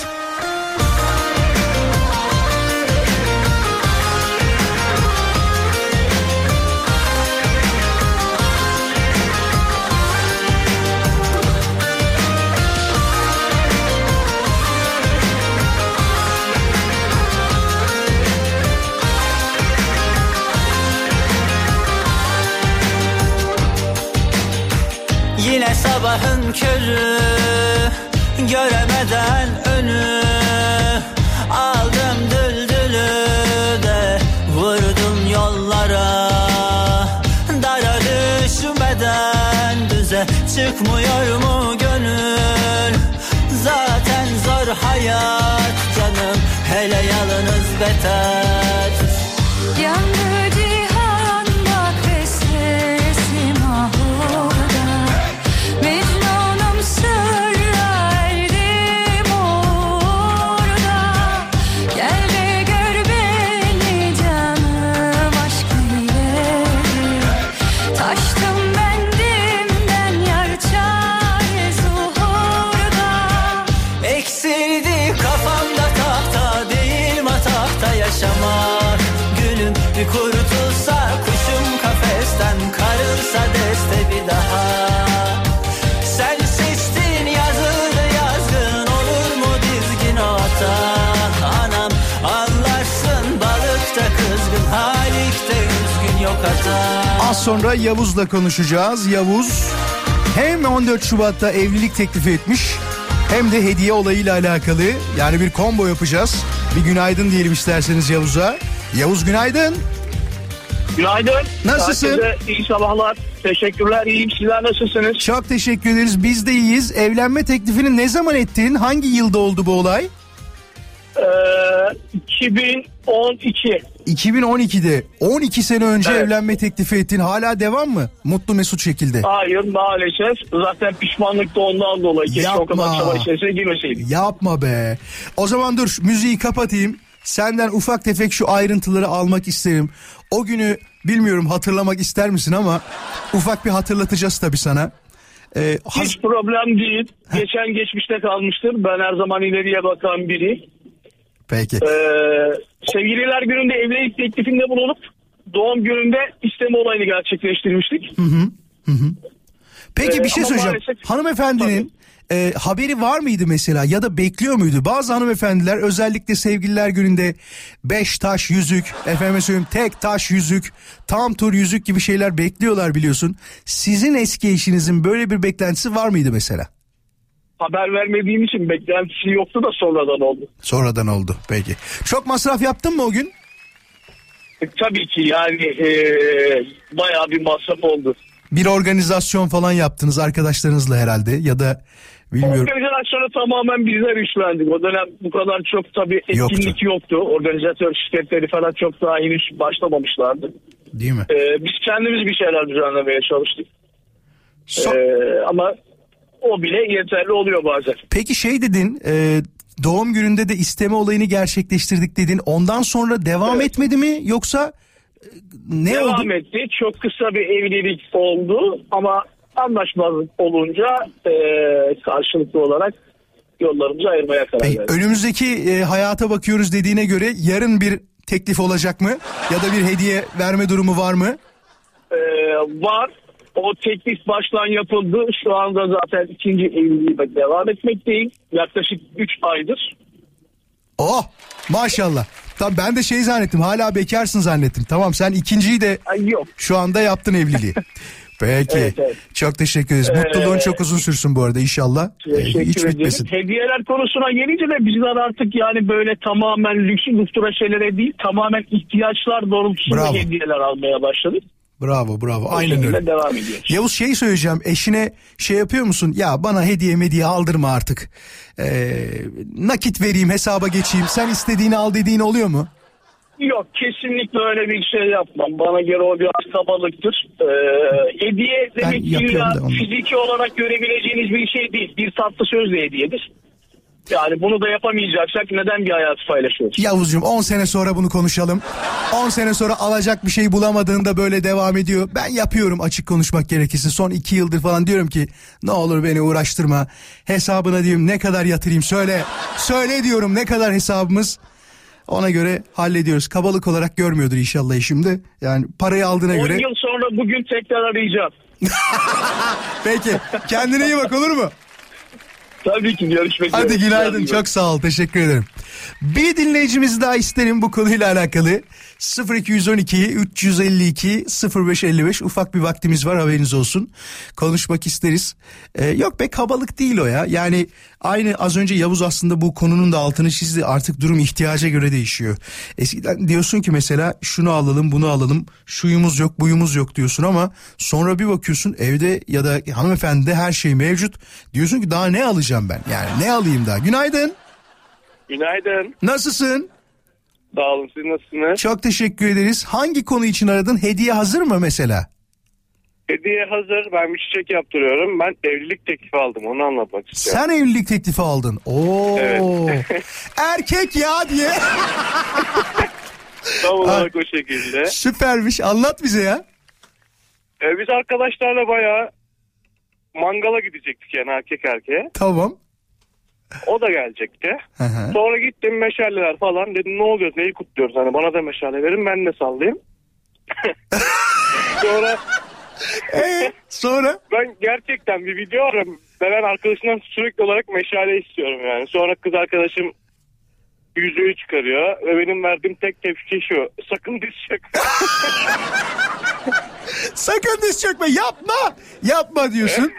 Yine sabahın körü, göremeden önü, aldım düldülü de vurdum yollara. Dara düşmeden düze çıkmıyor mu gönül? Zaten zor hayat canım, hele yalnız beter. Yandı cihan bak ve sesim ahurda, Mecnunum sırra erdim orada. Gel de gör beni canım aşk ileri, taştım bendimden yar çare zuhurda. Eksildi kafamda tahta değil matahta yaşamak. Gülüm bir kurtulsa kuşum kafesten, karılsa deste bir daha. Sen seçtin yazıldı yazgın, olur mu dizgin o hata? Anam anlarsın balıkta kızgın, halikte üzgün yok hata. Az sonra Yavuz'la konuşacağız. Yavuz hem on dört Şubat'ta evlilik teklifi etmiş, hem de hediye olayıyla alakalı, yani bir combo yapacağız. Bir günaydın diyelim isterseniz Yavuz'a. Yavuz günaydın. Günaydın. Nasılsın? Herkese iyi sabahlar. Teşekkürler. İyiyim. Sizler nasılsınız? Çok teşekkür ederiz. Biz de iyiyiz. Evlenme teklifini ne zaman ettin? Hangi yılda oldu bu olay? Ee, iki bin on iki. iki bin on ikide. on iki sene önce Evet. evlenme teklifi ettin. Hala devam mı? Mutlu mesut şekilde. Hayır maalesef. Zaten pişmanlık da ondan dolayı. Keşke o kadar Yapma. çaba içerisine girmeseydim. Yapma be. O zaman dur müziği kapatayım. Senden ufak tefek şu ayrıntıları almak isterim. O günü bilmiyorum hatırlamak ister misin ama ufak bir hatırlatacağız tabii sana. Ee, haz- Hiç problem değil. Geçen geçmişte kalmıştır. Ben her zaman ileriye bakan biri. Peki. Ee, sevgililer gününde evlilik teklifinde bulunup doğum gününde isteme olayını gerçekleştirmiştik. Hı hı. Hı hı. Peki Ee, bir şey ama söyleyeceğim. maalesef- Hanımefendinin e, haberi var mıydı mesela ya da bekliyor muydu? Bazı hanımefendiler özellikle sevgililer gününde beş taş yüzük, efendime söyleyeyim tek taş yüzük, tam tur yüzük gibi şeyler bekliyorlar biliyorsun. Sizin eski eşinizin böyle bir beklentisi var mıydı mesela? Haber vermediğim için beklentisi yoktu da sonradan oldu. Sonradan oldu peki. Çok masraf yaptın mı o gün? E, tabii ki yani e, bayağı bir masraf oldu. Bir organizasyon falan yaptınız arkadaşlarınızla herhalde ya da bilmiyorum. Organizasyonu tamamen bizler üstlendik. O dönem bu kadar çok tabii etkinlik Yoktu. yoktu. Organizatör şirketleri falan çok daha henüz başlamamışlardı. Değil mi? Ee, biz kendimiz bir şeyler düzenlemeye çalıştık. So- Ee, ama o bile yeterli oluyor bazen. Peki şey dedin, e, doğum gününde de isteme olayını gerçekleştirdik dedin. Ondan sonra devam Evet. etmedi mi yoksa e, ne Devam oldu? etti. Çok kısa bir evlilik oldu ama anlaşmazlık olunca e, karşılıklı olarak yollarımızı ayırmaya karar Peki, verdik. önümüzdeki e, hayata bakıyoruz dediğine göre yarın bir teklif olacak mı? Ya da bir hediye verme durumu var mı? Ee, var. O teklif baştan yapıldı. Şu anda zaten ikinci evliliğime devam etmekteyim. Yaklaşık üç aydır. Oh maşallah. Tamam ben de şey zannettim, hala bekarsın zannettim. Tamam sen ikinciyi de Ay, yok. şu anda yaptın evliliği. Peki Evet, evet. çok teşekkür ederiz. Ee, Mutluluğun çok uzun sürsün bu arada inşallah. Ee, Teşekkür hiç ederim. bitmesin. Hediyeler konusuna gelince de bizler artık yani böyle tamamen lüks luftura şeylere değil, tamamen ihtiyaçlar doğrultusunda Bravo. hediyeler almaya başladık. Bravo bravo O aynen şekilde öyle. devam ediyoruz. Yavuz şey söyleyeceğim, eşine şey yapıyor musun? Ya bana hediye mediye aldırma artık. Ee, nakit vereyim, hesaba geçeyim. Sen istediğini al dediğin oluyor mu? Yok, kesinlikle öyle bir şey yapmam. Bana göre o biraz kabalıktır. Ee, hediye demek ki yapıyorum illa da onu. fiziki olarak görebileceğiniz bir şey değil. Bir tatlı sözle hediyedir. Yani bunu da yapamayacaksak neden bir hayatı paylaşıyoruz? Yavuzcuğum on sene sonra bunu konuşalım. on sene sonra alacak bir şey bulamadığında böyle devam ediyor. Ben yapıyorum açık konuşmak gerekirse. Son iki yıldır falan diyorum ki ne olur beni uğraştırma. Hesabına diyeyim ne kadar yatırayım söyle. Söyle diyorum ne kadar hesabımız. Ona göre hallediyoruz. Kabalık olarak görmüyordur inşallah şimdi. Yani parayı aldığına göre. on yıl sonra bugün tekrar arayacağım. Peki kendine iyi bak, olur mu? Tabii ki, görüşmek üzere. Hadi günaydın, çok sağ ol, teşekkür ederim. Bir dinleyicimiz daha isterim bu konuyla alakalı. sıfır iki on iki üç yüz elli iki sıfır beş elli beş ufak bir vaktimiz var, haberiniz olsun. Konuşmak isteriz. Ee, yok be, kabalık değil o ya. Yani aynı az önce Yavuz aslında bu konunun da altını çizdi. Artık durum ihtiyaca göre değişiyor. Eskiden diyorsun ki mesela şunu alalım bunu alalım, şuyumuz yok buyumuz yok diyorsun ama sonra bir bakıyorsun evde ya da hanımefendide her şey mevcut. Diyorsun ki daha ne alacağım ben, yani ne alayım daha. Günaydın. Günaydın. Nasılsın? Sağ olun, siz nasılsınız? Çok teşekkür ederiz. Hangi konu için aradın? Hediye hazır mı mesela? Hediye hazır. Ben bir çiçek yaptırıyorum. Ben evlilik teklifi aldım. Onu anlatmak istiyorum. Sen evlilik teklifi aldın. Oo. Evet. Erkek ya diye. Tam olarak o şekilde. Süpermiş. Anlat bize ya. Ee, biz arkadaşlarla bayağı mangala gidecektik, yani erkek erkeğe. Tamam. O da gelecekti. Hı hı. Sonra gittim, meşaleler falan. Dedim ne oluyor, neyi kutluyoruz? Hani bana da meşale verin, ben de sallayayım. Sonra Ee, sonra? ben gerçekten bir video arıyorum. Ben arkadaşımdan sürekli olarak meşale istiyorum yani. Sonra kız arkadaşım yüzüğü çıkarıyor ve benim verdiğim tek tepki şu: sakın diz çökme. Sakın diz çökme, yapma. Yapma diyorsun.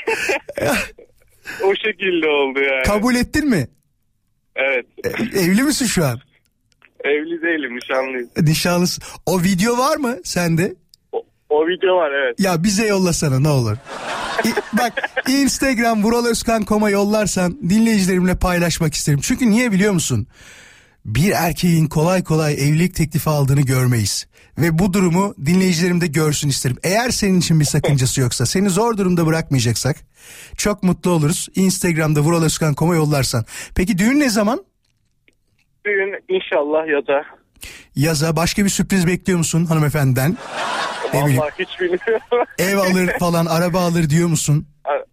O şekilde oldu yani. Kabul ettin mi? Evet. E, evli misin şu an? Evli değilim, nişanlıyım. Nişanlısın. O video var mı sende? O, o video var, evet. Ya bize yollasana ne olur. İ- bak Instagram vural özkan nokta com'a yollarsan dinleyicilerimle paylaşmak isterim. Çünkü niye biliyor musun? Bir erkeğin kolay kolay evlilik teklifi aldığını görmeyiz. Ve bu durumu dinleyicilerim de görsün isterim. Eğer senin için bir sakıncası yoksa, seni zor durumda bırakmayacaksak çok mutlu oluruz. Instagram'da vural özkan nokta com'a yollarsan. Peki düğün ne zaman? Düğün inşallah yaza. Yaza. Başka bir sürpriz bekliyor musun hanımefendiden? Vallahi hiç bilmiyorum. Ev alır falan, araba alır diyor musun?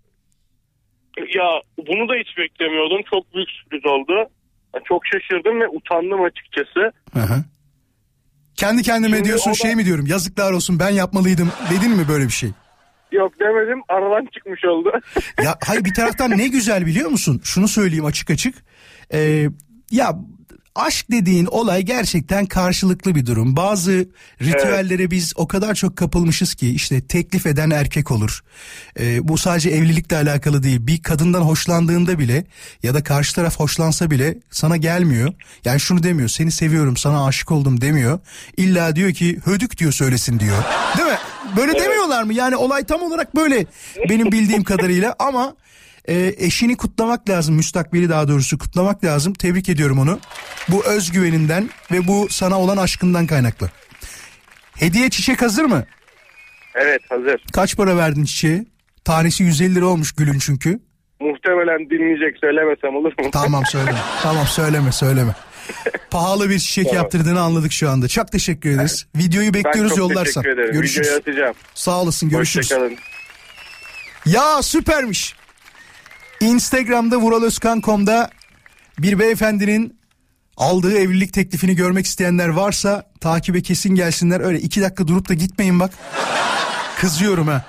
Ya bunu da hiç beklemiyordum. Çok büyük sürpriz oldu. Çok şaşırdım ve utandım açıkçası. Hı hı. Kendi kendime Şimdi diyorsun, da... şey mi diyorum, yazıklar olsun ben yapmalıydım dedin mi böyle bir şey? Yok demedim, aradan çıkmış oldu. Ya hayır, bir taraftan ne güzel biliyor musun? Şunu söyleyeyim açık açık. Ee, ya aşk dediğin olay gerçekten karşılıklı bir durum. Bazı ritüellere evet. biz o kadar çok kapılmışız ki işte teklif eden erkek olur. Ee, bu sadece evlilikle alakalı değil. Bir kadından hoşlandığında bile ya da karşı taraf hoşlansa bile sana gelmiyor. Yani şunu demiyor, seni seviyorum, sana aşık oldum demiyor. İlla diyor ki hödük diyor söylesin diyor. Değil mi? Böyle evet. demiyorlar mı? Yani olay tam olarak böyle benim bildiğim kadarıyla ama... E, eşini kutlamak lazım, müstakbeli daha doğrusu kutlamak lazım. Tebrik ediyorum onu. Bu özgüveninden ve bu sana olan aşkından kaynaklı. Hediye çiçek hazır mı? Evet, hazır. Kaç para verdin çiçeğe? Tanesi yüz elli lira olmuş gülün çünkü. Muhtemelen dinleyecek, söylemesem olur mu? Tamam söyleme. Tamam söyleme söyleme. Pahalı bir çiçek tamam. yaptırdığını anladık şu anda. Çok teşekkür ederiz. Evet. Videoyu bekliyoruz, yollarsan. Görüşürüz. Videoyu atacağım. Sağ olasın, görüşürüz. Hoşçakalın. Ya süpermiş. Instagram'da vural özkan nokta com'da bir beyefendinin aldığı evlilik teklifini görmek isteyenler varsa takibe kesin gelsinler. Öyle iki dakika durup da gitmeyin bak. Kızıyorum ha.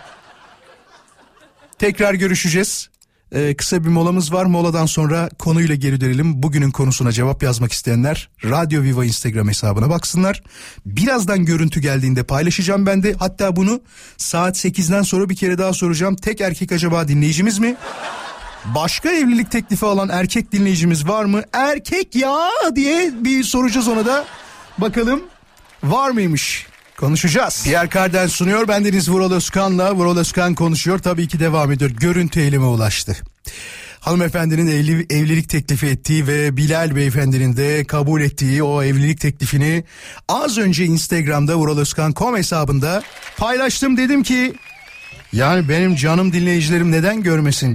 Tekrar görüşeceğiz. Ee, kısa bir molamız var. Moladan sonra konuyla geri dönelim. Bugünün konusuna cevap yazmak isteyenler Radyo Viva Instagram hesabına baksınlar. Birazdan görüntü geldiğinde paylaşacağım ben de. Hatta bunu saat sekizden sonra bir kere daha soracağım. Tek erkek acaba dinleyicimiz mi? Başka evlilik teklifi alan erkek dinleyicimiz var mı? Erkek ya diye bir soracağız ona da. Bakalım var mıymış? Konuşacağız. Pierre Cardin sunuyor. Bendeniz Vural Özkan'la. Vural Özkan konuşuyor. Tabii ki devam ediyor. Görüntü elime ulaştı. Hanımefendinin evli, evlilik teklifi ettiği ve Bilal beyefendinin de kabul ettiği o evlilik teklifini az önce Instagram'da vural özkan nokta com hesabında paylaştım. Dedim ki yani benim canım dinleyicilerim neden görmesin?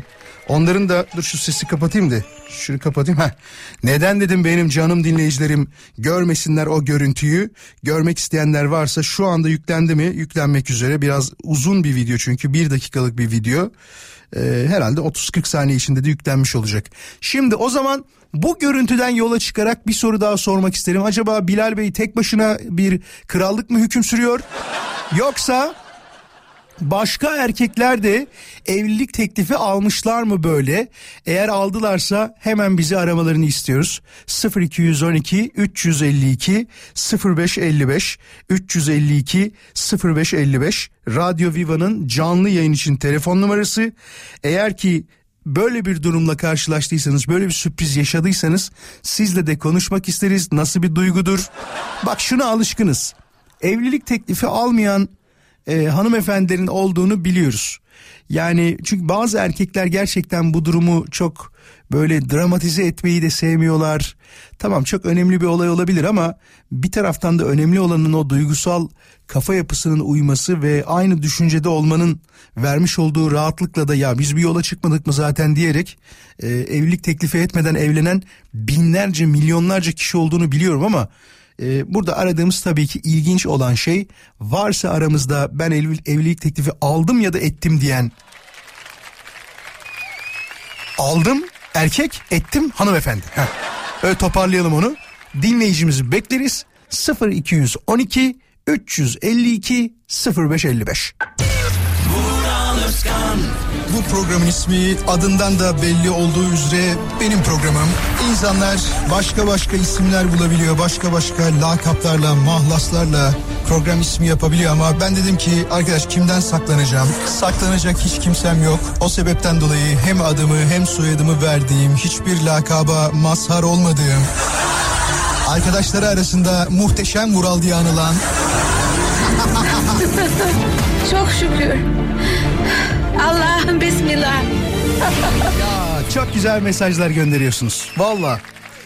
Onların da dur şu sesi kapatayım da şunu kapatayım. Heh. Neden dedim benim canım dinleyicilerim görmesinler o görüntüyü. Görmek isteyenler varsa şu anda yüklendi mi? Yüklenmek üzere. Biraz uzun bir video çünkü bir dakikalık bir video. Ee, herhalde otuz kırk saniye içinde de yüklenmiş olacak. Şimdi o zaman bu görüntüden yola çıkarak bir soru daha sormak isterim. Acaba Bilal Bey tek başına bir krallık mı hüküm sürüyor? Yoksa başka erkekler de evlilik teklifi almışlar mı böyle? Eğer aldılarsa hemen bizi aramalarını istiyoruz. sıfır iki on iki üç yüz elli iki sıfır beş elli beş üç yüz elli iki sıfır beş elli beş Radyo Viva'nın canlı yayın için telefon numarası. Eğer ki böyle bir durumla karşılaştıysanız, böyle bir sürpriz yaşadıysanız sizle de konuşmak isteriz. Nasıl bir duygudur? Bak şuna alışkınız. Evlilik teklifi almayan e, hanımefendilerin olduğunu biliyoruz. Yani çünkü bazı erkekler gerçekten bu durumu çok böyle dramatize etmeyi de sevmiyorlar. Tamam, çok önemli bir olay olabilir ama bir taraftan da önemli olanın o duygusal kafa yapısının uyması ve aynı düşüncede olmanın vermiş olduğu rahatlıkla da ya biz bir yola çıkmadık mı zaten diyerek e, evlilik teklifi etmeden evlenen binlerce milyonlarca kişi olduğunu biliyorum ama e, burada aradığımız tabii ki ilginç olan şey, varsa aramızda ben evli, evlilik teklifi aldım ya da ettim diyen, aldım erkek, ettim hanımefendi. Heh. Öyle toparlayalım onu. Dinleyicimizi bekleriz. sıfır iki on iki üç yüz elli iki sıfır beş elli beş. Bu programın ismi adından da belli olduğu üzere benim programım. İnsanlar başka başka isimler bulabiliyor. Başka başka lakaplarla, mahlaslarla program ismi yapabiliyor ama ben dedim ki arkadaş kimden saklanacağım? Saklanacak hiç kimsem yok. O sebepten dolayı hem adımı hem soyadımı verdiğim, hiçbir lakaba mazhar olmadığım, arkadaşları arasında muhteşem Vural diye anılan çok şükür. Allah'ım bismillah. Ya çok güzel mesajlar gönderiyorsunuz. Vallahi.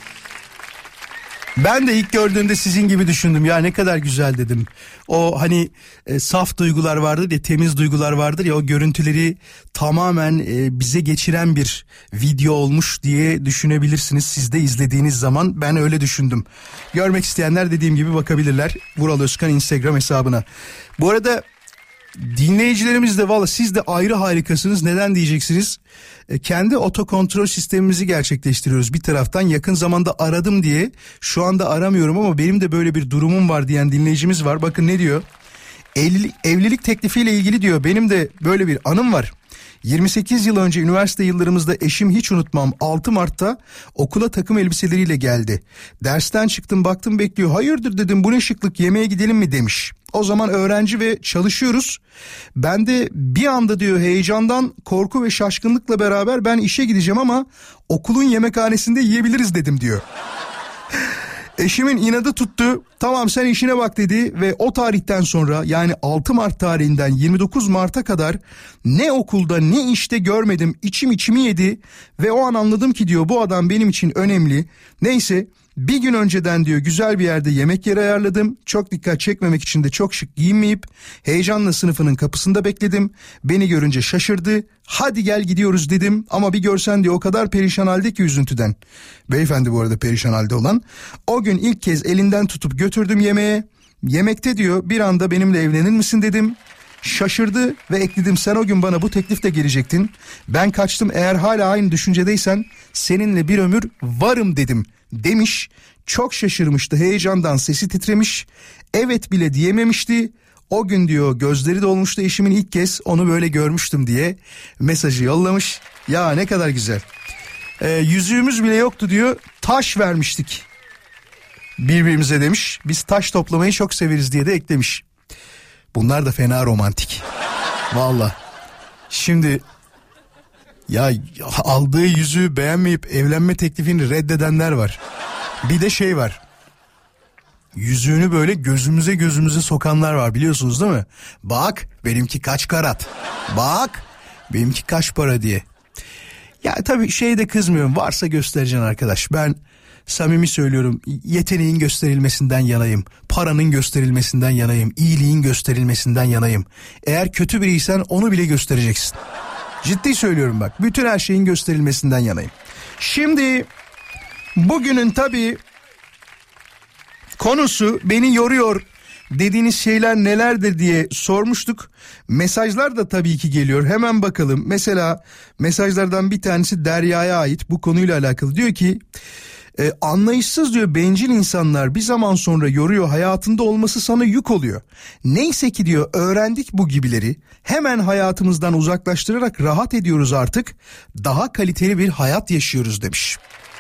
Ben de ilk gördüğümde sizin gibi düşündüm. Ya ne kadar güzel dedim. O hani e, saf duygular vardır ya, temiz duygular vardır ya, o görüntüleri tamamen e, bize geçiren bir video olmuş diye düşünebilirsiniz. Siz de izlediğiniz zaman ben öyle düşündüm. Görmek isteyenler dediğim gibi bakabilirler Vural Özkan Instagram hesabına. Bu arada dinleyicilerimiz de valla siz de ayrı harikasınız. Neden diyeceksiniz? E, kendi otokontrol sistemimizi gerçekleştiriyoruz bir taraftan. Yakın zamanda aradım diye, şu anda aramıyorum ama benim de böyle bir durumum var diyen dinleyicimiz var. Bakın ne diyor? Evlilik, evlilik teklifiyle ilgili diyor. Benim de böyle bir anım var. yirmi sekiz yıl önce üniversite yıllarımızda eşim, hiç unutmam, altı Mart'ta okula takım elbiseleriyle geldi. Dersten çıktım, baktım bekliyor. Hayırdır dedim, bu ne şıklık, yemeğe gidelim mi demiş. O zaman öğrenci ve çalışıyoruz. Ben de bir anda diyor heyecandan, korku ve şaşkınlıkla beraber ben işe gideceğim ama okulun yemekhanesinde yiyebiliriz dedim diyor. Eşimin inadı tuttu. Tamam sen işine bak dedi ve o tarihten sonra, yani altı Mart tarihinden yirmi dokuz Mart'a kadar ne okulda ne işte görmedim. İçim içimi yedi ve o an anladım ki diyor bu adam benim için önemli. Neyse, bir gün önceden diyor güzel bir yerde yemek yeri ayarladım. Çok dikkat çekmemek için de çok şık giyinmeyip heyecanla sınıfının kapısında bekledim. Beni görünce şaşırdı. Hadi gel gidiyoruz dedim ama bir görsen diyor o kadar perişan halde ki üzüntüden. Beyefendi bu arada perişan halde olan. O gün ilk kez elinden tutup götürdüm yemeğe. Yemekte diyor bir anda benimle evlenir misin dedim. Şaşırdı ve ekledim, sen o gün bana bu teklifle gelecektin. Ben kaçtım, eğer hala aynı düşüncedeysen seninle bir ömür varım dedim demiş. Çok şaşırmıştı, heyecandan sesi titremiş, evet bile diyememişti. O gün diyor gözleri dolmuştu eşimin, ilk kez onu böyle görmüştüm diye mesajı yollamış. Ya ne kadar güzel. Ee, yüzüğümüz bile yoktu diyor, taş vermiştik birbirimize demiş. Biz taş toplamayı çok severiz diye de eklemiş. Bunlar da fena romantik. Vallahi. Şimdi ya aldığı yüzüğü beğenmeyip evlenme teklifini reddedenler var. Bir de şey var. Yüzüğünü böyle gözümüze gözümüze sokanlar var, biliyorsunuz değil mi? Bak benimki kaç karat. Bak benimki kaç para diye. Ya tabii şeye de kızmıyorum. Varsa göstereceksin arkadaş. Ben samimi söylüyorum, yeteneğin gösterilmesinden yanayım. Paranın gösterilmesinden yanayım. İyiliğin gösterilmesinden yanayım. Eğer kötü biriysen onu bile göstereceksin. Ciddi söylüyorum bak. Bütün her şeyin gösterilmesinden yanayım. Şimdi bugünün tabii konusu beni yoruyor dediğiniz şeyler nelerdir diye sormuştuk. Mesajlar da tabii ki geliyor. Hemen bakalım. Mesela mesajlardan bir tanesi Derya'ya ait, bu konuyla alakalı. Diyor ki e, anlayışsız diyor, bencil insanlar bir zaman sonra yoruyor, hayatında olması sana yük oluyor. Neyse ki diyor öğrendik bu gibileri, hemen hayatımızdan uzaklaştırarak rahat ediyoruz artık. Daha kaliteli bir hayat yaşıyoruz demiş.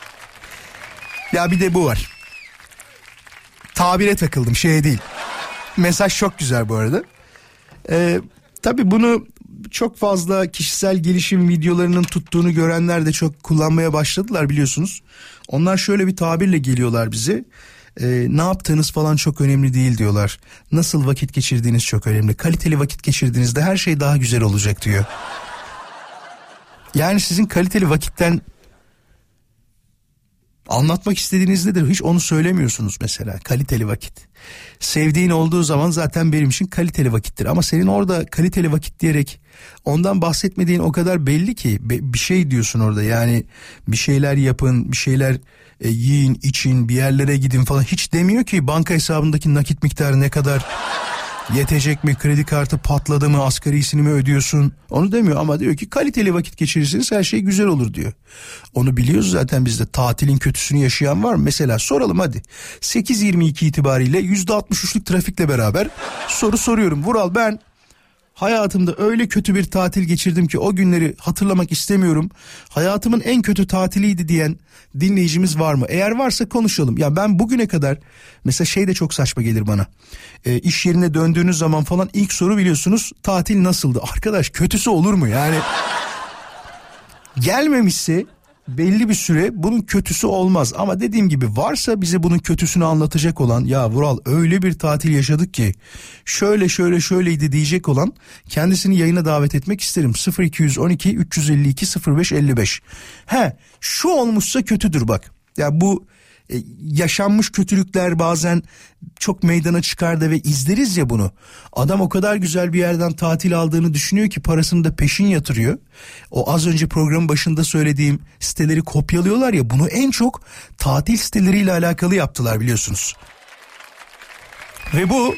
Ya bir de bu var. Tabire takıldım, şey değil. Mesaj çok güzel bu arada. Ee, tabii bunu çok fazla kişisel gelişim videolarının tuttuğunu görenler de çok kullanmaya başladılar biliyorsunuz. Onlar şöyle bir tabirle geliyorlar bize. Ee, ne yaptığınız falan çok önemli değil diyorlar. Nasıl vakit geçirdiğiniz çok önemli. Kaliteli vakit geçirdiğinizde her şey daha güzel olacak diyor. Yani sizin kaliteli vakitten anlatmak istediğiniz nedir? Hiç onu söylemiyorsunuz mesela. Kaliteli vakit. Sevdiğin olduğu zaman zaten benim için kaliteli vakittir. Ama senin orada kaliteli vakit diyerek ondan bahsetmediğin o kadar belli ki. Bir şey diyorsun orada, yani bir şeyler yapın, bir şeyler e, yiyin, için, bir yerlere gidin falan. Hiç demiyor ki banka hesabındaki nakit miktarı ne kadar, yetecek mi, kredi kartı patladı mı, asgarisini mi ödüyorsun, onu demiyor. Ama diyor ki kaliteli vakit geçirirseniz her şey güzel olur diyor. Onu biliyoruz zaten biz de. Tatilin kötüsünü yaşayan var mı? Mesela soralım hadi. sekiz yirmi iki itibariyle yüzde altmış üçlük trafikle beraber soru soruyorum. Vural, ben hayatımda öyle kötü bir tatil geçirdim ki o günleri hatırlamak istemiyorum. Hayatımın en kötü tatiliydi diyen dinleyicimiz var mı? Eğer varsa konuşalım. Ya ben bugüne kadar mesela şey de çok saçma gelir bana. E, iş yerine döndüğünüz zaman falan ilk soru biliyorsunuz tatil nasıldı? Arkadaş kötüsü olur mu? Yani gelmemişse belli bir süre bunun kötüsü olmaz. Ama dediğim gibi varsa bize bunun kötüsünü anlatacak olan, ya Vural öyle bir tatil yaşadık ki şöyle şöyle şöyleydi diyecek olan, kendisini yayına davet etmek isterim. sıfır iki on iki üç yüz elli iki sıfır beş elli beş. He, şu olmuşsa kötüdür bak. Ya bu e, yaşanmış kötülükler bazen çok meydana çıkar da ve izleriz ya bunu. Adam o kadar güzel bir yerden tatil aldığını düşünüyor ki parasını da peşin yatırıyor. O az önce programın başında söylediğim siteleri kopyalıyorlar ya, bunu en çok tatil siteleriyle alakalı yaptılar biliyorsunuz. Ve bu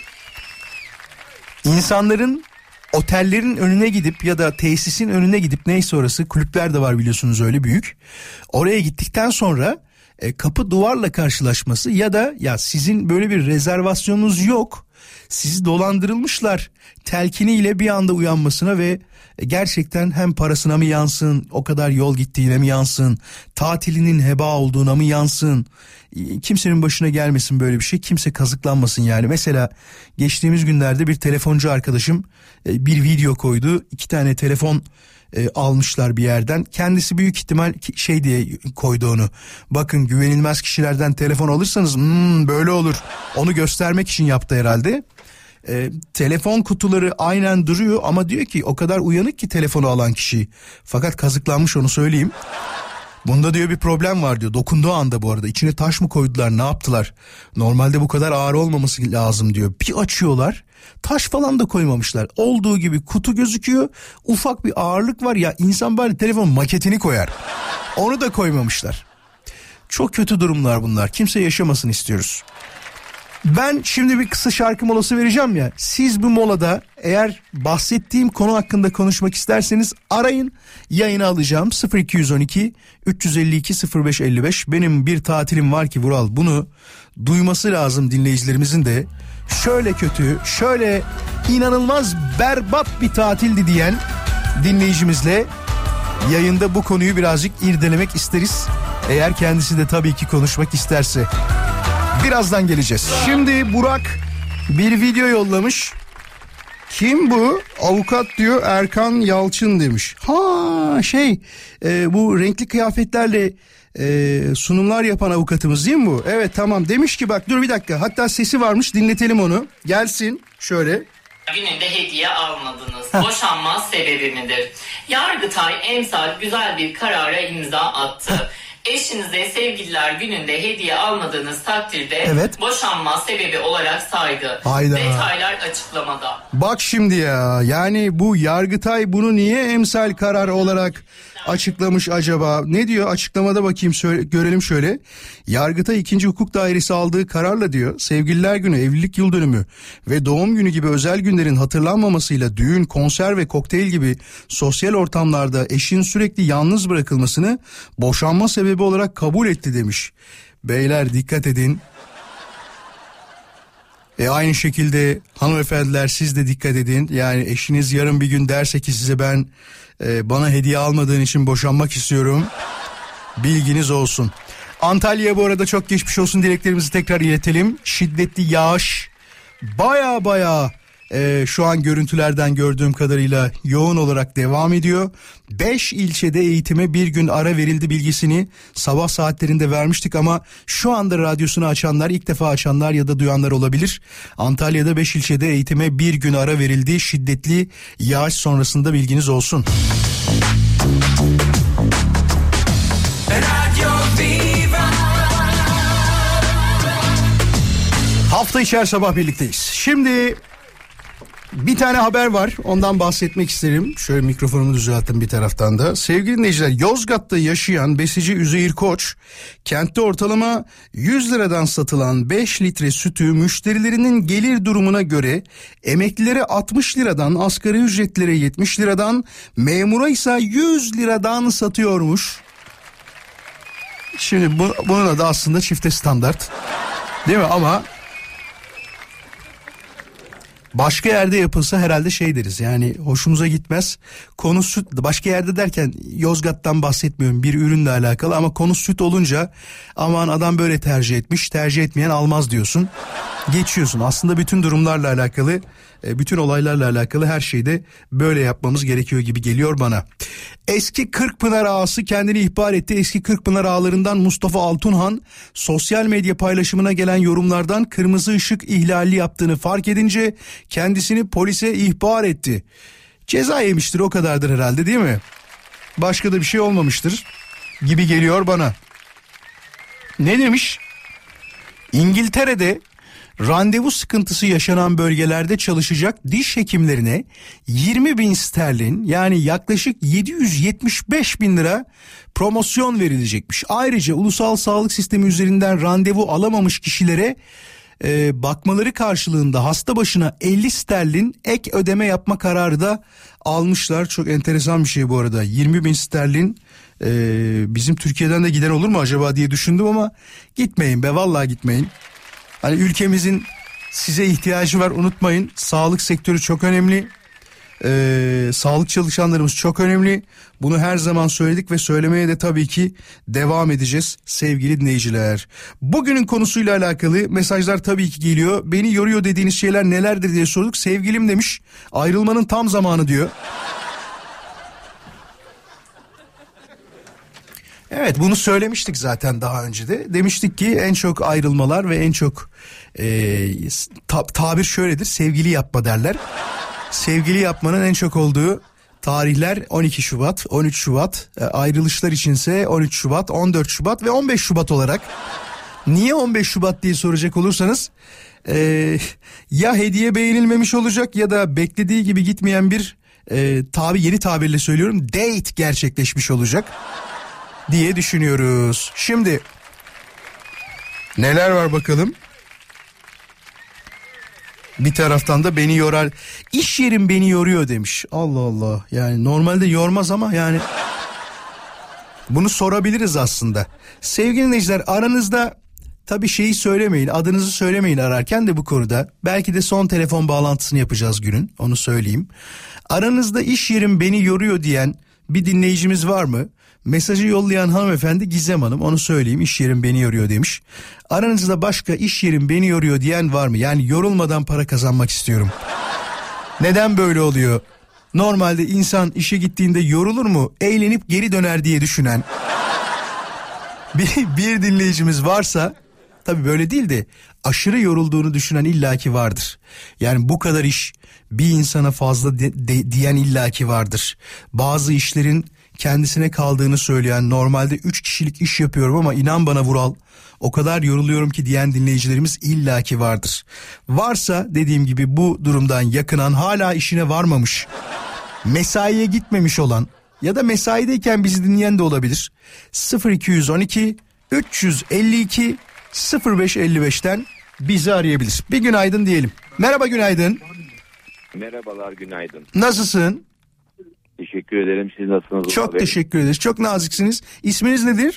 insanların otellerin önüne gidip ya da tesisin önüne gidip, neyse orası, kulüpler de var biliyorsunuz öyle büyük. Oraya gittikten sonra e, kapı duvarla karşılaşması ya da ya sizin böyle bir rezervasyonunuz yok, sizi dolandırılmışlar telkiniyle bir anda uyanmasına ve gerçekten hem parasına mı yansın, o kadar yol gittiğine mi yansın, tatilinin heba olduğuna mı yansın, kimsenin başına gelmesin böyle bir şey, kimse kazıklanmasın yani. Mesela geçtiğimiz günlerde bir telefoncu arkadaşım bir video koydu, iki tane telefon E, almışlar bir yerden. Kendisi büyük ihtimal şey diye koydu onu. Bakın, güvenilmez kişilerden telefon alırsanız hmm, böyle olur. Onu göstermek için yaptı herhalde. E, telefon kutuları aynen duruyor ama diyor ki o kadar uyanık ki telefonu alan kişi. Fakat kazıklanmış, onu söyleyeyim. Bunda diyor bir problem var diyor. Dokunduğu anda bu arada. İçine taş mı koydular, ne yaptılar? Normalde bu kadar ağır olmaması lazım diyor. Bir açıyorlar. Taş falan da koymamışlar. Olduğu gibi kutu gözüküyor. Ufak bir ağırlık var ya, insan bari telefon maketini koyar. Onu da koymamışlar. Çok kötü durumlar bunlar. Kimse yaşamasın istiyoruz. Ben şimdi bir kısa şarkı molası vereceğim ya. Siz bu molada eğer bahsettiğim konu hakkında konuşmak isterseniz arayın. Yayına alacağım. sıfır iki on iki üç yüz elli iki sıfır beş elli beş. Benim bir tatilim var ki Vural, bunu duyması lazım dinleyicilerimizin de. Şöyle kötü, şöyle inanılmaz berbat bir tatildi diyen dinleyicimizle yayında bu konuyu birazcık irdelemek isteriz. Eğer kendisi de tabii ki konuşmak isterse. Birazdan geleceğiz. Şimdi Burak bir video yollamış. Kim bu? Avukat diyor, Erkan Yalçın demiş. Ha şey e, bu renkli kıyafetlerle e, sunumlar yapan avukatımız değil mi bu? Evet tamam, demiş ki bak dur bir dakika, hatta sesi varmış, dinletelim onu. Gelsin şöyle. Gününde hediye almadınız. Boşanma sebebi midir? Yargıtay emsal güzel bir karara imza attı. Eşinize sevgililer gününde hediye almadığınız takdirde evet. boşanma sebebi olarak saydı. Hayda. Detaylar açıklamada. Bak şimdi ya, yani bu Yargıtay bunu niye emsal karar olarak açıklamış acaba? Ne diyor açıklamada, bakayım söyle, görelim şöyle. Yargıtay ikinci Hukuk Dairesi aldığı kararla diyor, sevgililer günü, evlilik yıl dönümü ve doğum günü gibi özel günlerin hatırlanmamasıyla düğün, konser ve kokteyl gibi sosyal ortamlarda eşin sürekli yalnız bırakılmasını boşanma sebebi olarak kabul etti demiş. Beyler dikkat edin. E aynı şekilde hanımefendiler siz de dikkat edin. Yani eşiniz yarın bir gün derse ki size ben e, bana hediye almadığın için boşanmak istiyorum. Bilginiz olsun. Antalya'ya bu arada çok geçmiş olsun dileklerimizi tekrar iletelim. Şiddetli yağış baya baya e, şu an görüntülerden gördüğüm kadarıyla yoğun olarak devam ediyor. beş ilçede eğitime bir gün ara verildi bilgisini sabah saatlerinde vermiştik ama şu anda radyosunu açanlar, ilk defa açanlar ya da duyanlar olabilir. Antalya'da beş ilçede eğitime bir gün ara verildi. Şiddetli yağış sonrasında bilginiz olsun. Hafta içi her sabah birlikteyiz. Şimdi bir tane haber var, ondan bahsetmek isterim. Şöyle mikrofonumu düzelttim bir taraftan da. Sevgili dinleyiciler, Yozgat'ta yaşayan besici Üzeyir Koç, kentte ortalama yüz liradan satılan beş litre sütü müşterilerinin gelir durumuna göre emeklilere altmış liradan, asgari ücretlilere yetmiş liradan, memura ise yüz liradan satıyormuş. Şimdi bu, bunun adı aslında çifte standart, değil mi? Ama başka yerde yapılsa herhalde şey deriz, yani hoşumuza gitmez. Konu süt, başka yerde derken Yozgat'tan bahsetmiyorum, bir ürünle alakalı, ama konu süt olunca aman adam böyle tercih etmiş, tercih etmeyen almaz diyorsun. Geçiyorsun. Aslında bütün durumlarla alakalı, bütün olaylarla alakalı her şeyde böyle yapmamız gerekiyor gibi geliyor bana. Eski Kırkpınar ağası kendini ihbar etti. Eski Kırkpınar ağalarından Mustafa Altunhan sosyal medya paylaşımına gelen yorumlardan kırmızı ışık ihlali yaptığını fark edince kendisini polise ihbar etti. Ceza yemiştir, o kadardır herhalde, değil mi? Başka da bir şey olmamıştır gibi geliyor bana. Ne demiş? İngiltere'de randevu sıkıntısı yaşanan bölgelerde çalışacak diş hekimlerine yirmi bin sterlin, yani yaklaşık yedi yüz yetmiş beş bin lira promosyon verilecekmiş. Ayrıca ulusal sağlık sistemi üzerinden randevu alamamış kişilere e, bakmaları karşılığında hasta başına elli sterlin ek ödeme yapma kararı da almışlar. Çok enteresan bir şey bu arada. yirmi bin sterlin e, bizim Türkiye'den de giden olur mu acaba diye düşündüm ama gitmeyin be, vallahi gitmeyin. Hani ülkemizin size ihtiyacı var, unutmayın. Sağlık sektörü çok önemli. Ee, sağlık çalışanlarımız çok önemli. Bunu her zaman söyledik ve söylemeye de tabii ki devam edeceğiz sevgili dinleyiciler. Bugünün konusuyla alakalı mesajlar tabii ki geliyor. Beni yoruyor dediğiniz şeyler nelerdir diye sorduk. Sevgilim demiş, ayrılmanın tam zamanı diyor. Evet, bunu söylemiştik zaten daha önce de. Demiştik ki en çok ayrılmalar ve en çok e, ta, tabir şöyledir, sevgili yapma derler. Sevgili yapmanın en çok olduğu tarihler on iki Şubat, on üç Şubat, e, ayrılışlar içinse on üç Şubat, on dört Şubat ve on beş Şubat olarak. Niye on beş Şubat diye soracak olursanız e, ya hediye beğenilmemiş olacak ya da beklediği gibi gitmeyen bir e, tabi yeni tabirle söylüyorum, date gerçekleşmiş olacak diye düşünüyoruz. Şimdi neler var bakalım. Bir taraftan da beni yorar, iş yerim beni yoruyor demiş. Allah Allah, yani normalde yormaz ama yani bunu sorabiliriz aslında. Sevgili dinleyiciler, aranızda tabii şeyi söylemeyin, adınızı söylemeyin ararken de bu konuda. Belki de son telefon bağlantısını yapacağız günün, onu söyleyeyim. Aranızda iş yerim beni yoruyor diyen bir dinleyicimiz var mı? Mesajı yollayan hanımefendi Gizem Hanım, onu söyleyeyim, iş yerim beni yoruyor demiş. Aranızda başka iş yerim beni yoruyor diyen var mı? Yani yorulmadan para kazanmak istiyorum. Neden böyle oluyor? Normalde insan işe gittiğinde yorulur mu? Eğlenip geri döner diye düşünen bir, bir dinleyicimiz varsa tabii böyle değil de aşırı yorulduğunu düşünen illaki vardır. Yani bu kadar iş bir insana fazla de, de, diyen illaki vardır. Bazı işlerin kendisine kaldığını söyleyen, normalde üç kişilik iş yapıyorum ama inan bana Vural o kadar yoruluyorum ki diyen dinleyicilerimiz illaki vardır. Varsa dediğim gibi bu durumdan yakınan, hala işine varmamış, mesaiye gitmemiş olan ya da mesaideyken bizi dinleyen de olabilir. sıfır iki on iki üç yüz elli iki sıfır beş elli beşten bizi arayabilir. Bir günaydın diyelim. Merhaba, günaydın. Merhabalar, günaydın. Nasılsın? Teşekkür ederim. Siz nasılsınız? Çok teşekkür ederiz. Çok naziksiniz. İsminiz nedir?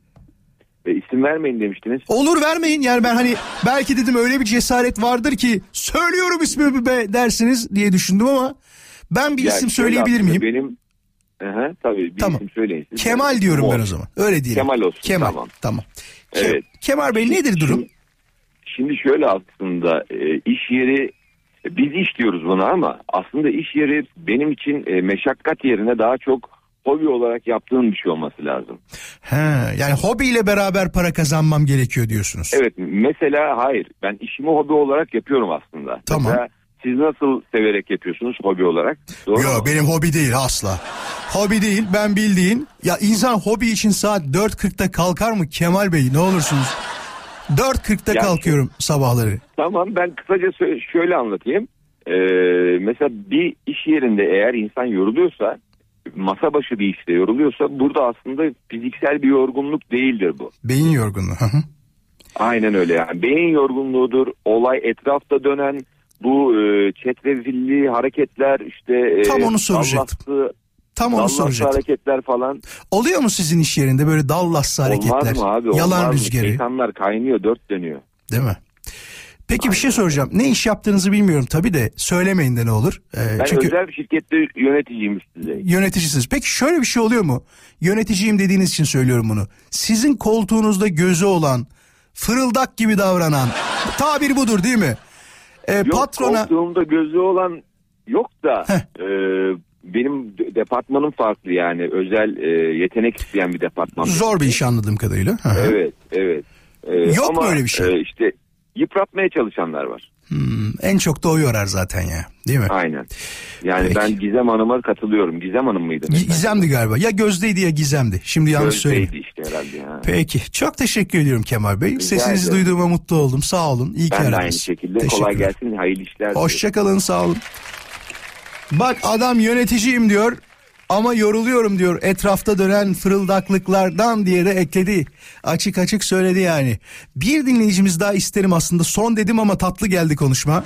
E, isim vermeyin demiştiniz. Olur, vermeyin. Yani ben hani belki dedim öyle bir cesaret vardır ki söylüyorum ismimi be dersiniz diye düşündüm ama ben bir ya isim söyleyebilir miyim? Benim Aha, tabii bir tamam. isim söyleyin. Siz Kemal diyorum o ben o zaman. Öyle diyelim. Kemal olsun. Kemal. Tamam. Tamam. Evet. Kemal Bey, nedir durum? Şimdi, şimdi şöyle aslında e, iş yeri, biz iş diyoruz buna ama aslında iş yeri benim için e, meşakkat yerine daha çok hobi olarak yaptığım bir şey olması lazım. He, yani hobiyle beraber para kazanmam gerekiyor diyorsunuz. Evet, mesela hayır, ben işimi hobi olarak yapıyorum aslında. Tamam. Mesela siz nasıl severek yapıyorsunuz hobi olarak? Doğru Yok, mu? benim hobi değil asla. Hobi değil, ben bildiğin. Ya insan hobi için saat dört kırkta kalkar mı Kemal Bey, ne olursunuz? dört kırkta yani, kalkıyorum sabahları. Tamam, ben kısaca şöyle anlatayım. Ee, mesela bir iş yerinde eğer insan yoruluyorsa, masa başı bir işte yoruluyorsa, burada aslında fiziksel bir yorgunluk değildir bu. Beyin yorgunluğu. Aynen öyle yani. Beyin yorgunluğudur. Olay etrafta dönen bu e, çetrevilli hareketler, işte tam onu soracaktım. Dallaslı, Tam onu Dallaslı soracaktım. hareketler falan. Oluyor mu sizin iş yerinde böyle Dallaslı hareketler? Olmaz mı abi? Yalan Olmaz rüzgarı. İnsanlar kaynıyor, dört dönüyor. Değil mi? Peki, bir şey soracağım. Ne iş yaptığınızı bilmiyorum tabii de söylemeyin de ne olur. Ee, ben çünkü özel bir şirkette yöneticiyim size. Yöneticisiniz. Peki şöyle bir şey oluyor mu? Yöneticiyim dediğiniz için söylüyorum bunu. Sizin koltuğunuzda gözü olan, fırıldak gibi davranan, tabir budur değil mi? Ee, Yok, patrona... koltuğumda gözü olan yok da e, benim departmanım farklı yani. Özel e, yetenek isteyen bir departman. Zor bir iş anladığım kadarıyla. Evet, evet. E, Yok ama, mu öyle bir şey? E, işte yıpratmaya çalışanlar var. Hmm, en çok da o yorar zaten ya, değil mi? Aynen. Yani Peki. ben Gizem Hanım'a katılıyorum. Gizem Hanım mıydı? G- Gizem'di galiba. Ya Gözde'ydi ya Gizem'di. Şimdi yanlış Gözdeydi söyledim. işte herhalde. Ha. Peki. Çok teşekkür ediyorum Kemal Bey. Rica Sesinizi ederim. duyduğuma mutlu oldum. Sağ olun. İyi ki Ben de aradınız. aynı şekilde. Kolay Teşekkürler. gelsin. Hayırlı işler. Hoşçakalın, sağ olun. Bak, adam yöneticiyim diyor ama yoruluyorum diyor. Etrafta dönen fırıldaklıklardan diye de ekledi. Açık açık söyledi yani. Bir dinleyicimiz daha isterim aslında. Son dedim ama tatlı geldi konuşma.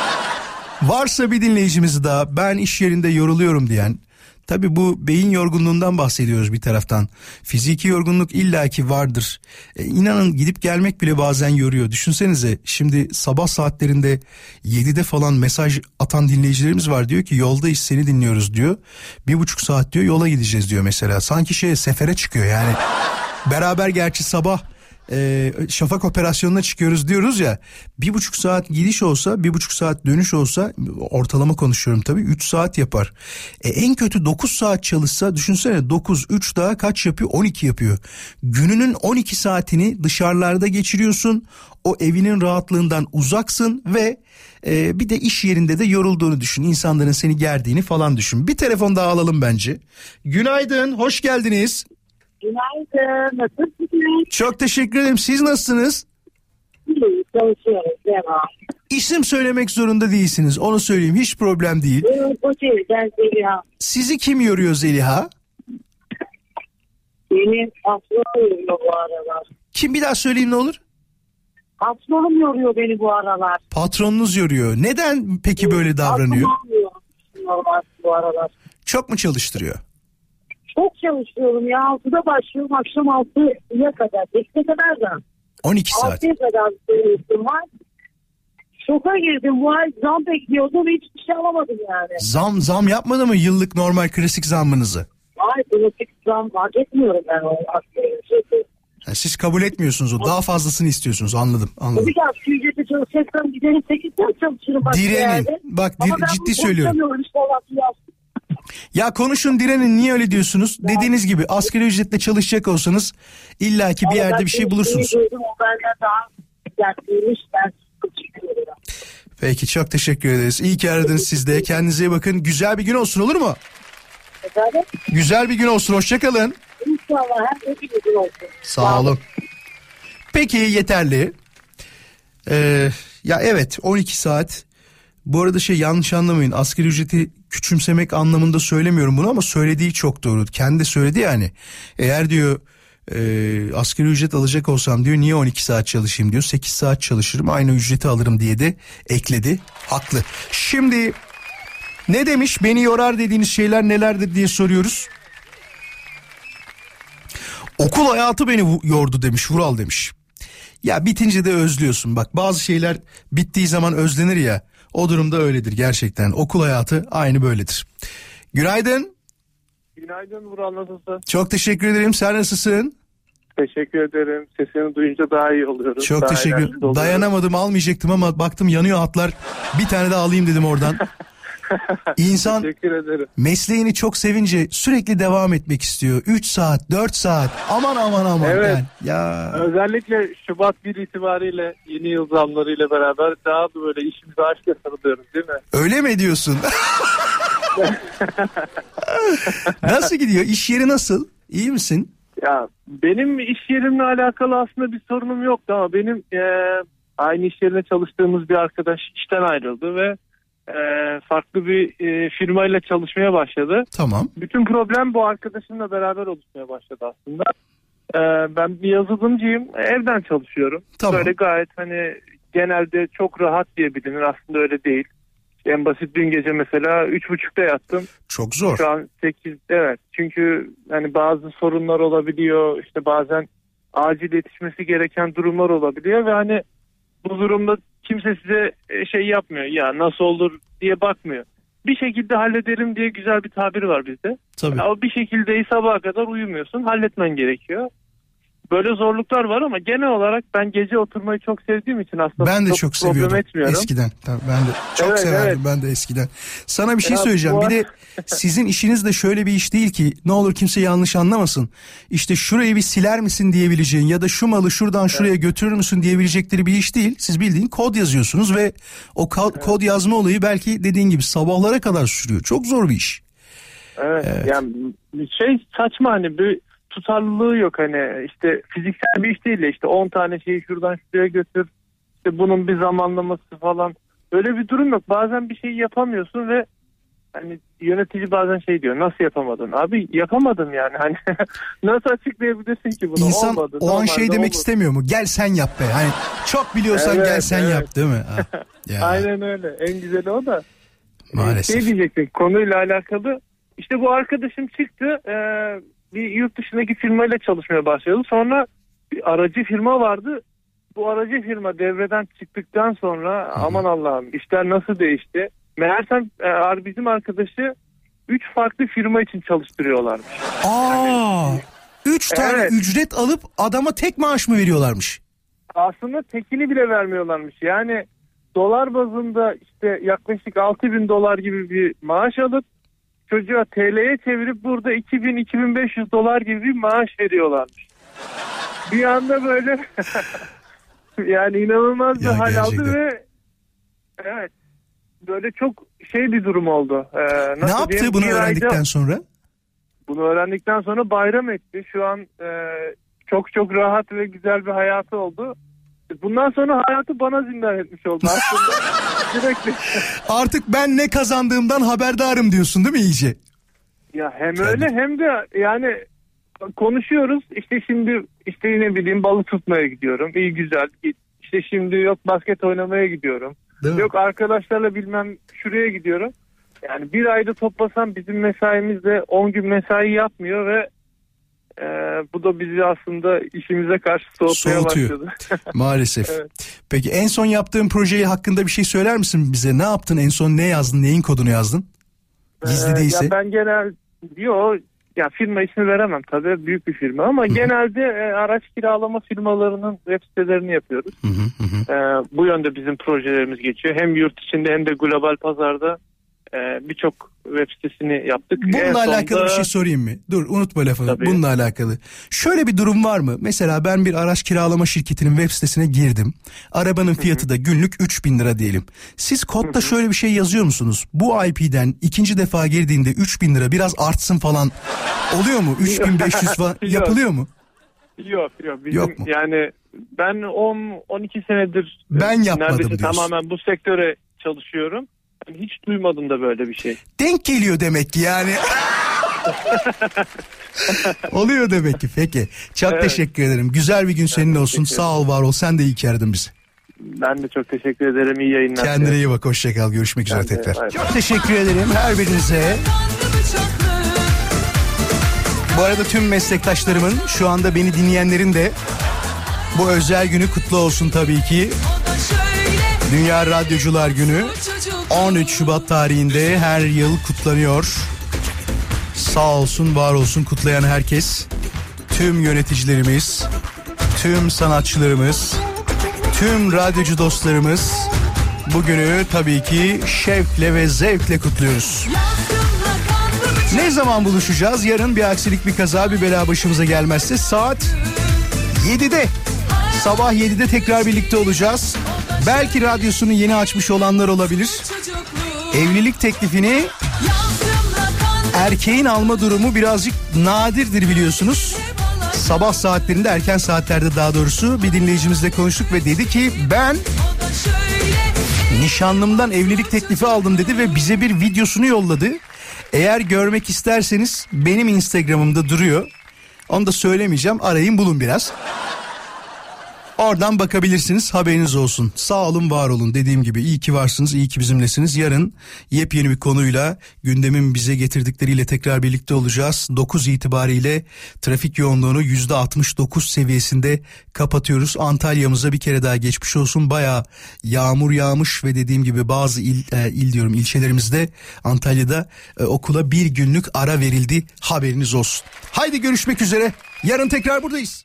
Varsa bir dinleyicimiz daha, ben iş yerinde yoruluyorum diyen. Tabii bu beyin yorgunluğundan bahsediyoruz bir taraftan. Fiziki yorgunluk illaki vardır. E, inanın gidip gelmek bile bazen yoruyor. Düşünsenize, şimdi sabah saatlerinde yedide falan mesaj atan dinleyicilerimiz var. Diyor ki yoldayız, seni dinliyoruz diyor. Bir buçuk saat diyor yola gideceğiz diyor mesela. Sanki şeye, sefere çıkıyor yani. Beraber gerçi sabah e, şafak operasyonuna çıkıyoruz diyoruz ya. Bir buçuk saat gidiş olsa, bir buçuk saat dönüş olsa, ortalama konuşuyorum tabii, üç saat yapar. E, en kötü dokuz saat çalışsa düşünsene, dokuz üç daha kaç yapıyor? on iki yapıyor. Gününün on iki saatini dışarılarda geçiriyorsun. O evinin rahatlığından uzaksın ve e, bir de iş yerinde de yorulduğunu düşün. İnsanların seni gerdiğini falan düşün. Bir telefon daha alalım bence. Günaydın, hoş geldiniz. Günaydın, nasılsınız? Çok teşekkür ederim. Siz nasılsınız? İyi, çalışıyoruz, devam. İsim söylemek zorunda değilsiniz. Onu söyleyeyim, hiç problem değil. Benim Kocaeli'den Zeliha. Sizi kim yoruyor Zeliha? Benim patronum yoruyor bu aralar. Kim, bir daha söyleyeyim ne olur? Patronum yoruyor beni bu aralar. Patronunuz yoruyor. Neden peki böyle davranıyor? Patronum bu aralar. Çok mu çalıştırıyor? Çok çalışıyorum ya. altıda başlıyorum, akşam altıya kadar. sekizde kadar da. on iki saat. altıya kadar söyledim var. Şoka girdim. Bu ay zam bekliyordum. Hiçbir şey alamadım yani. Zam zam yapmadı mı yıllık normal klasik zammınızı? Ay klasik zam hak etmiyorum ben o asgari ücreti. Yani siz kabul etmiyorsunuz o. Daha fazlasını istiyorsunuz. Anladım. anladım. Bir daha asgari ücreti çalışacaksam giderim sekiz saat çalışırım. Direnin. Bak dir- ciddi söylüyorum. Işte Allah Ya konuşun, direnin. Niye öyle diyorsunuz? Ya. Dediğiniz gibi asgari ücretle çalışacak olsanız illaki bir yerde bir şey bulursunuz. Duydum, o benden daha dertliymiş. Ben teşekkür ederim. Peki çok teşekkür ederiz. İyi ki aradınız siz de. Kendinize iyi bakın. Güzel bir gün olsun, olur mu? Efendim? Güzel bir gün olsun. Hoşçakalın. İnşallah her bir gün olsun. Sağ olun. Peki yeterli. Ee, ya evet on iki saat. Bu arada şey yanlış anlamayın. Asgari ücreti küçümsemek anlamında söylemiyorum bunu ama söylediği çok doğru. Kendi söyledi yani. Eğer diyor e, asgari ücret alacak olsam diyor niye on iki saat çalışayım diyor. sekiz saat çalışırım aynı ücreti alırım diye de ekledi. Haklı. Şimdi ne demiş, beni yorar dediğiniz şeyler nelerdir diye soruyoruz. Okul hayatı beni yordu demiş, Vural demiş. Ya bitince de özlüyorsun. Bak bazı şeyler bittiği zaman özlenir ya. O durumda öyledir gerçekten. Okul hayatı aynı böyledir. Günaydın. Günaydın Vural, nasılsın? Çok teşekkür ederim. Sen nasılsın? Teşekkür ederim. Sesini duyunca daha iyi oluyorum. Çok daha teşekkür ederim. Dayanamadım, almayacaktım ama baktım yanıyor hatlar. Bir tane de alayım dedim oradan. İnsan mesleğini çok sevince sürekli devam etmek istiyor. üç saat, dört saat. Aman aman aman. Evet. Yani. Ya. Özellikle Şubat bir itibariyle yeni yıl zamlarıyla beraber daha da böyle işimize aşkla sarılıyoruz değil mi? Öyle mi diyorsun? Nasıl gidiyor? İş yeri nasıl? İyi misin? Ya benim iş yerimle alakalı aslında bir sorunum yoktu ama benim e, aynı iş yerine çalıştığımız bir arkadaş işten ayrıldı ve e, farklı bir e, firmayla çalışmaya başladı. Tamam. Bütün problem bu arkadaşımla beraber oluşmaya başladı aslında. E, ben bir yazılımcıyım, evden çalışıyorum. Tamam. Böyle gayet hani genelde çok rahat diye bilinir, aslında öyle değil. En basit dün gece mesela üç buçukta yattım. Çok zor. Şu an sekiz, evet. Çünkü hani bazı sorunlar olabiliyor. İşte bazen acil yetişmesi gereken durumlar olabiliyor ve hani bu durumda kimse size şey yapmıyor. Ya nasıl olur diye bakmıyor. Bir şekilde hallederim diye güzel bir tabir var bizde. Tabii. Ama bir şekilde sabaha kadar uyumuyorsun. Halletmen gerekiyor. Böyle zorluklar var ama genel olarak ben gece oturmayı çok sevdiğim için aslında ben de çok, çok problem seviyordum etmiyorum. eskiden. Tabii ben de çok Evet, severdim evet. ben de eskiden. Sana bir şey Ya, söyleyeceğim. bu- Bir de sizin işiniz de şöyle bir iş değil ki, ne olur kimse yanlış anlamasın. İşte şurayı bir siler misin diyebileceğin ya da şu malı şuradan şuraya götürür müsün diyebilecekleri bir iş değil. Siz bildiğin kod yazıyorsunuz ve o kod, kod yazma olayı belki dediğin gibi sabahlara kadar sürüyor. Çok zor bir iş. Evet, Evet. yani şey saçma, hani bir tutarlılığı yok, hani işte fiziksel bir iş değil de işte on tane şeyi şuradan şuraya götür, işte bunun bir zamanlaması falan, öyle bir durum yok. Bazen bir şeyi yapamıyorsun ve hani yönetici bazen şey diyor, nasıl yapamadın abi, yapamadım yani, hani nasıl açıklayabilirsin ki bunu? İnsan Olmadı, o an normalde şey demek olur. istemiyor mu? Gel sen yap be. Hani çok biliyorsan Evet, gel sen evet. yap değil mi? Ha. Ya. Aynen öyle, en güzeli o da. Maalesef. Şey diyecektim konuyla alakalı, işte bu arkadaşım çıktı, e, bir yurt dışındaki firmayla çalışmaya başladı. Sonra bir aracı firma vardı. Bu aracı firma devreden çıktıktan sonra Hı-hı. aman Allah'ım işler nasıl değişti. Meğersem e, bizim arkadaşı üç farklı firma için çalıştırıyorlarmış. Aa, yani, üç tane evet. ücret alıp adama tek maaş mı veriyorlarmış? Aslında tekini bile vermiyorlarmış. Yani dolar bazında işte yaklaşık altı bin dolar gibi bir maaş alıp çocuğa T L'ye çevirip burada iki bin iki bin beş yüz dolar gibi bir maaş veriyorlarmış. Bir anda böyle yani inanılmaz bir Ya hal gerçekten. aldı ve evet böyle çok şey bir durum oldu. Ee, nasıl ne yaptı diyeyim? bunu Bir öğrendikten ayda, sonra? Bunu öğrendikten sonra bayram etti. Şu an e, çok çok rahat ve güzel bir hayatı oldu. Bundan sonra hayatı bana zindan etmiş oldu aslında. Sürekli. Artık ben ne kazandığımdan haberdarım diyorsun değil mi iyice? Ya hem öyle hem de yani konuşuyoruz. İşte şimdi işte ne bileyim balık tutmaya gidiyorum. İyi güzel. İşte şimdi yok basket oynamaya gidiyorum. Yok arkadaşlarla bilmem şuraya gidiyorum. Yani bir ayda toplasam bizim mesaimizde on gün mesai yapmıyor ve e, bu da bizi aslında işimize karşı soğutmaya Soğutuyor. başladı. Maalesef. Evet. Peki en son yaptığın projeyi hakkında bir şey söyler misin bize? Ne yaptın? En son ne yazdın? Neyin kodunu yazdın? Gizli Ee, değilse. Ya ben genel diyor ya firma ismi veremem tabii, büyük bir firma ama Hı-hı. genelde e, araç kiralama firmalarının web sitelerini yapıyoruz. Hı hı hı. E, bu yönde bizim projelerimiz geçiyor. Hem yurt içinde hem de global pazarda e, birçok web sitesini yaptık. Bununla En alakalı sonunda... bir şey sorayım mı? Dur unutma lafını. Tabii. Bununla alakalı. Şöyle bir durum var mı? Mesela ben bir araç kiralama şirketinin web sitesine girdim. Arabanın fiyatı Hı-hı. da günlük üç bin lira diyelim. Siz kodda Hı-hı. şöyle bir şey yazıyor musunuz? Bu I P'den ikinci defa girdiğinde üç bin lira biraz artsın falan oluyor mu? üç bin beş yüz falan yapılıyor mu? Yok yok. Bizim, yok mu? Yani ben on on iki senedir ben yapmadım neredeyse diyorsun. Tamamen bu sektöre çalışıyorum. Yani hiç duymadım da böyle bir şey. Denk geliyor demek ki yani. Oluyor demek ki. Peki. Çok evet. teşekkür ederim. Güzel bir gün senin ben olsun. Sağ ol, var ol. Sen de iyi ki aradın bizi. Ben de çok teşekkür ederim. İyi yayınlar. Kendine iyi bak. Hoşça kal. Görüşmek üzere tekrar. Aynen. Çok teşekkür ederim her birinize. Bu arada tüm meslektaşlarımın, şu anda beni dinleyenlerin de bu özel günü kutlu olsun tabii ki. Dünya Radyocular Günü on üç Şubat tarihinde her yıl kutlanıyor. Sağ olsun, var olsun kutlayan herkes. Tüm yöneticilerimiz, tüm sanatçılarımız, tüm radyocu dostlarımız bugünü tabii ki şevkle ve zevkle kutluyoruz. Ne zaman buluşacağız? Yarın bir aksilik, bir kaza, bir bela başımıza gelmezse saat yedide. Sabah yedide tekrar birlikte olacağız. Belki radyosunu yeni açmış olanlar olabilir. Evlilik teklifini erkeğin alma durumu birazcık nadirdir biliyorsunuz. Sabah saatlerinde, erken saatlerde daha doğrusu bir dinleyicimizle konuştuk ve dedi ki ben nişanlımdan evlilik teklifi aldım dedi ve bize bir videosunu yolladı. Eğer görmek isterseniz benim Instagram'ımda duruyor. Onu da söylemeyeceğim, arayın bulun biraz. Oradan bakabilirsiniz, haberiniz olsun. Sağ olun, var olun. Dediğim gibi iyi ki varsınız, iyi ki bizimlesiniz. Yarın yepyeni bir konuyla, gündemin bize getirdikleriyle tekrar birlikte olacağız. dokuz itibariyle trafik yoğunluğunu yüzde altmış dokuz seviyesinde kapatıyoruz. Antalya'mıza bir kere daha geçmiş olsun. Bayağı yağmur yağmış ve dediğim gibi bazı il, e, il diyorum ilçelerimizde, Antalya'da e, okula bir günlük ara verildi. Haberiniz olsun. Haydi görüşmek üzere. Yarın tekrar buradayız.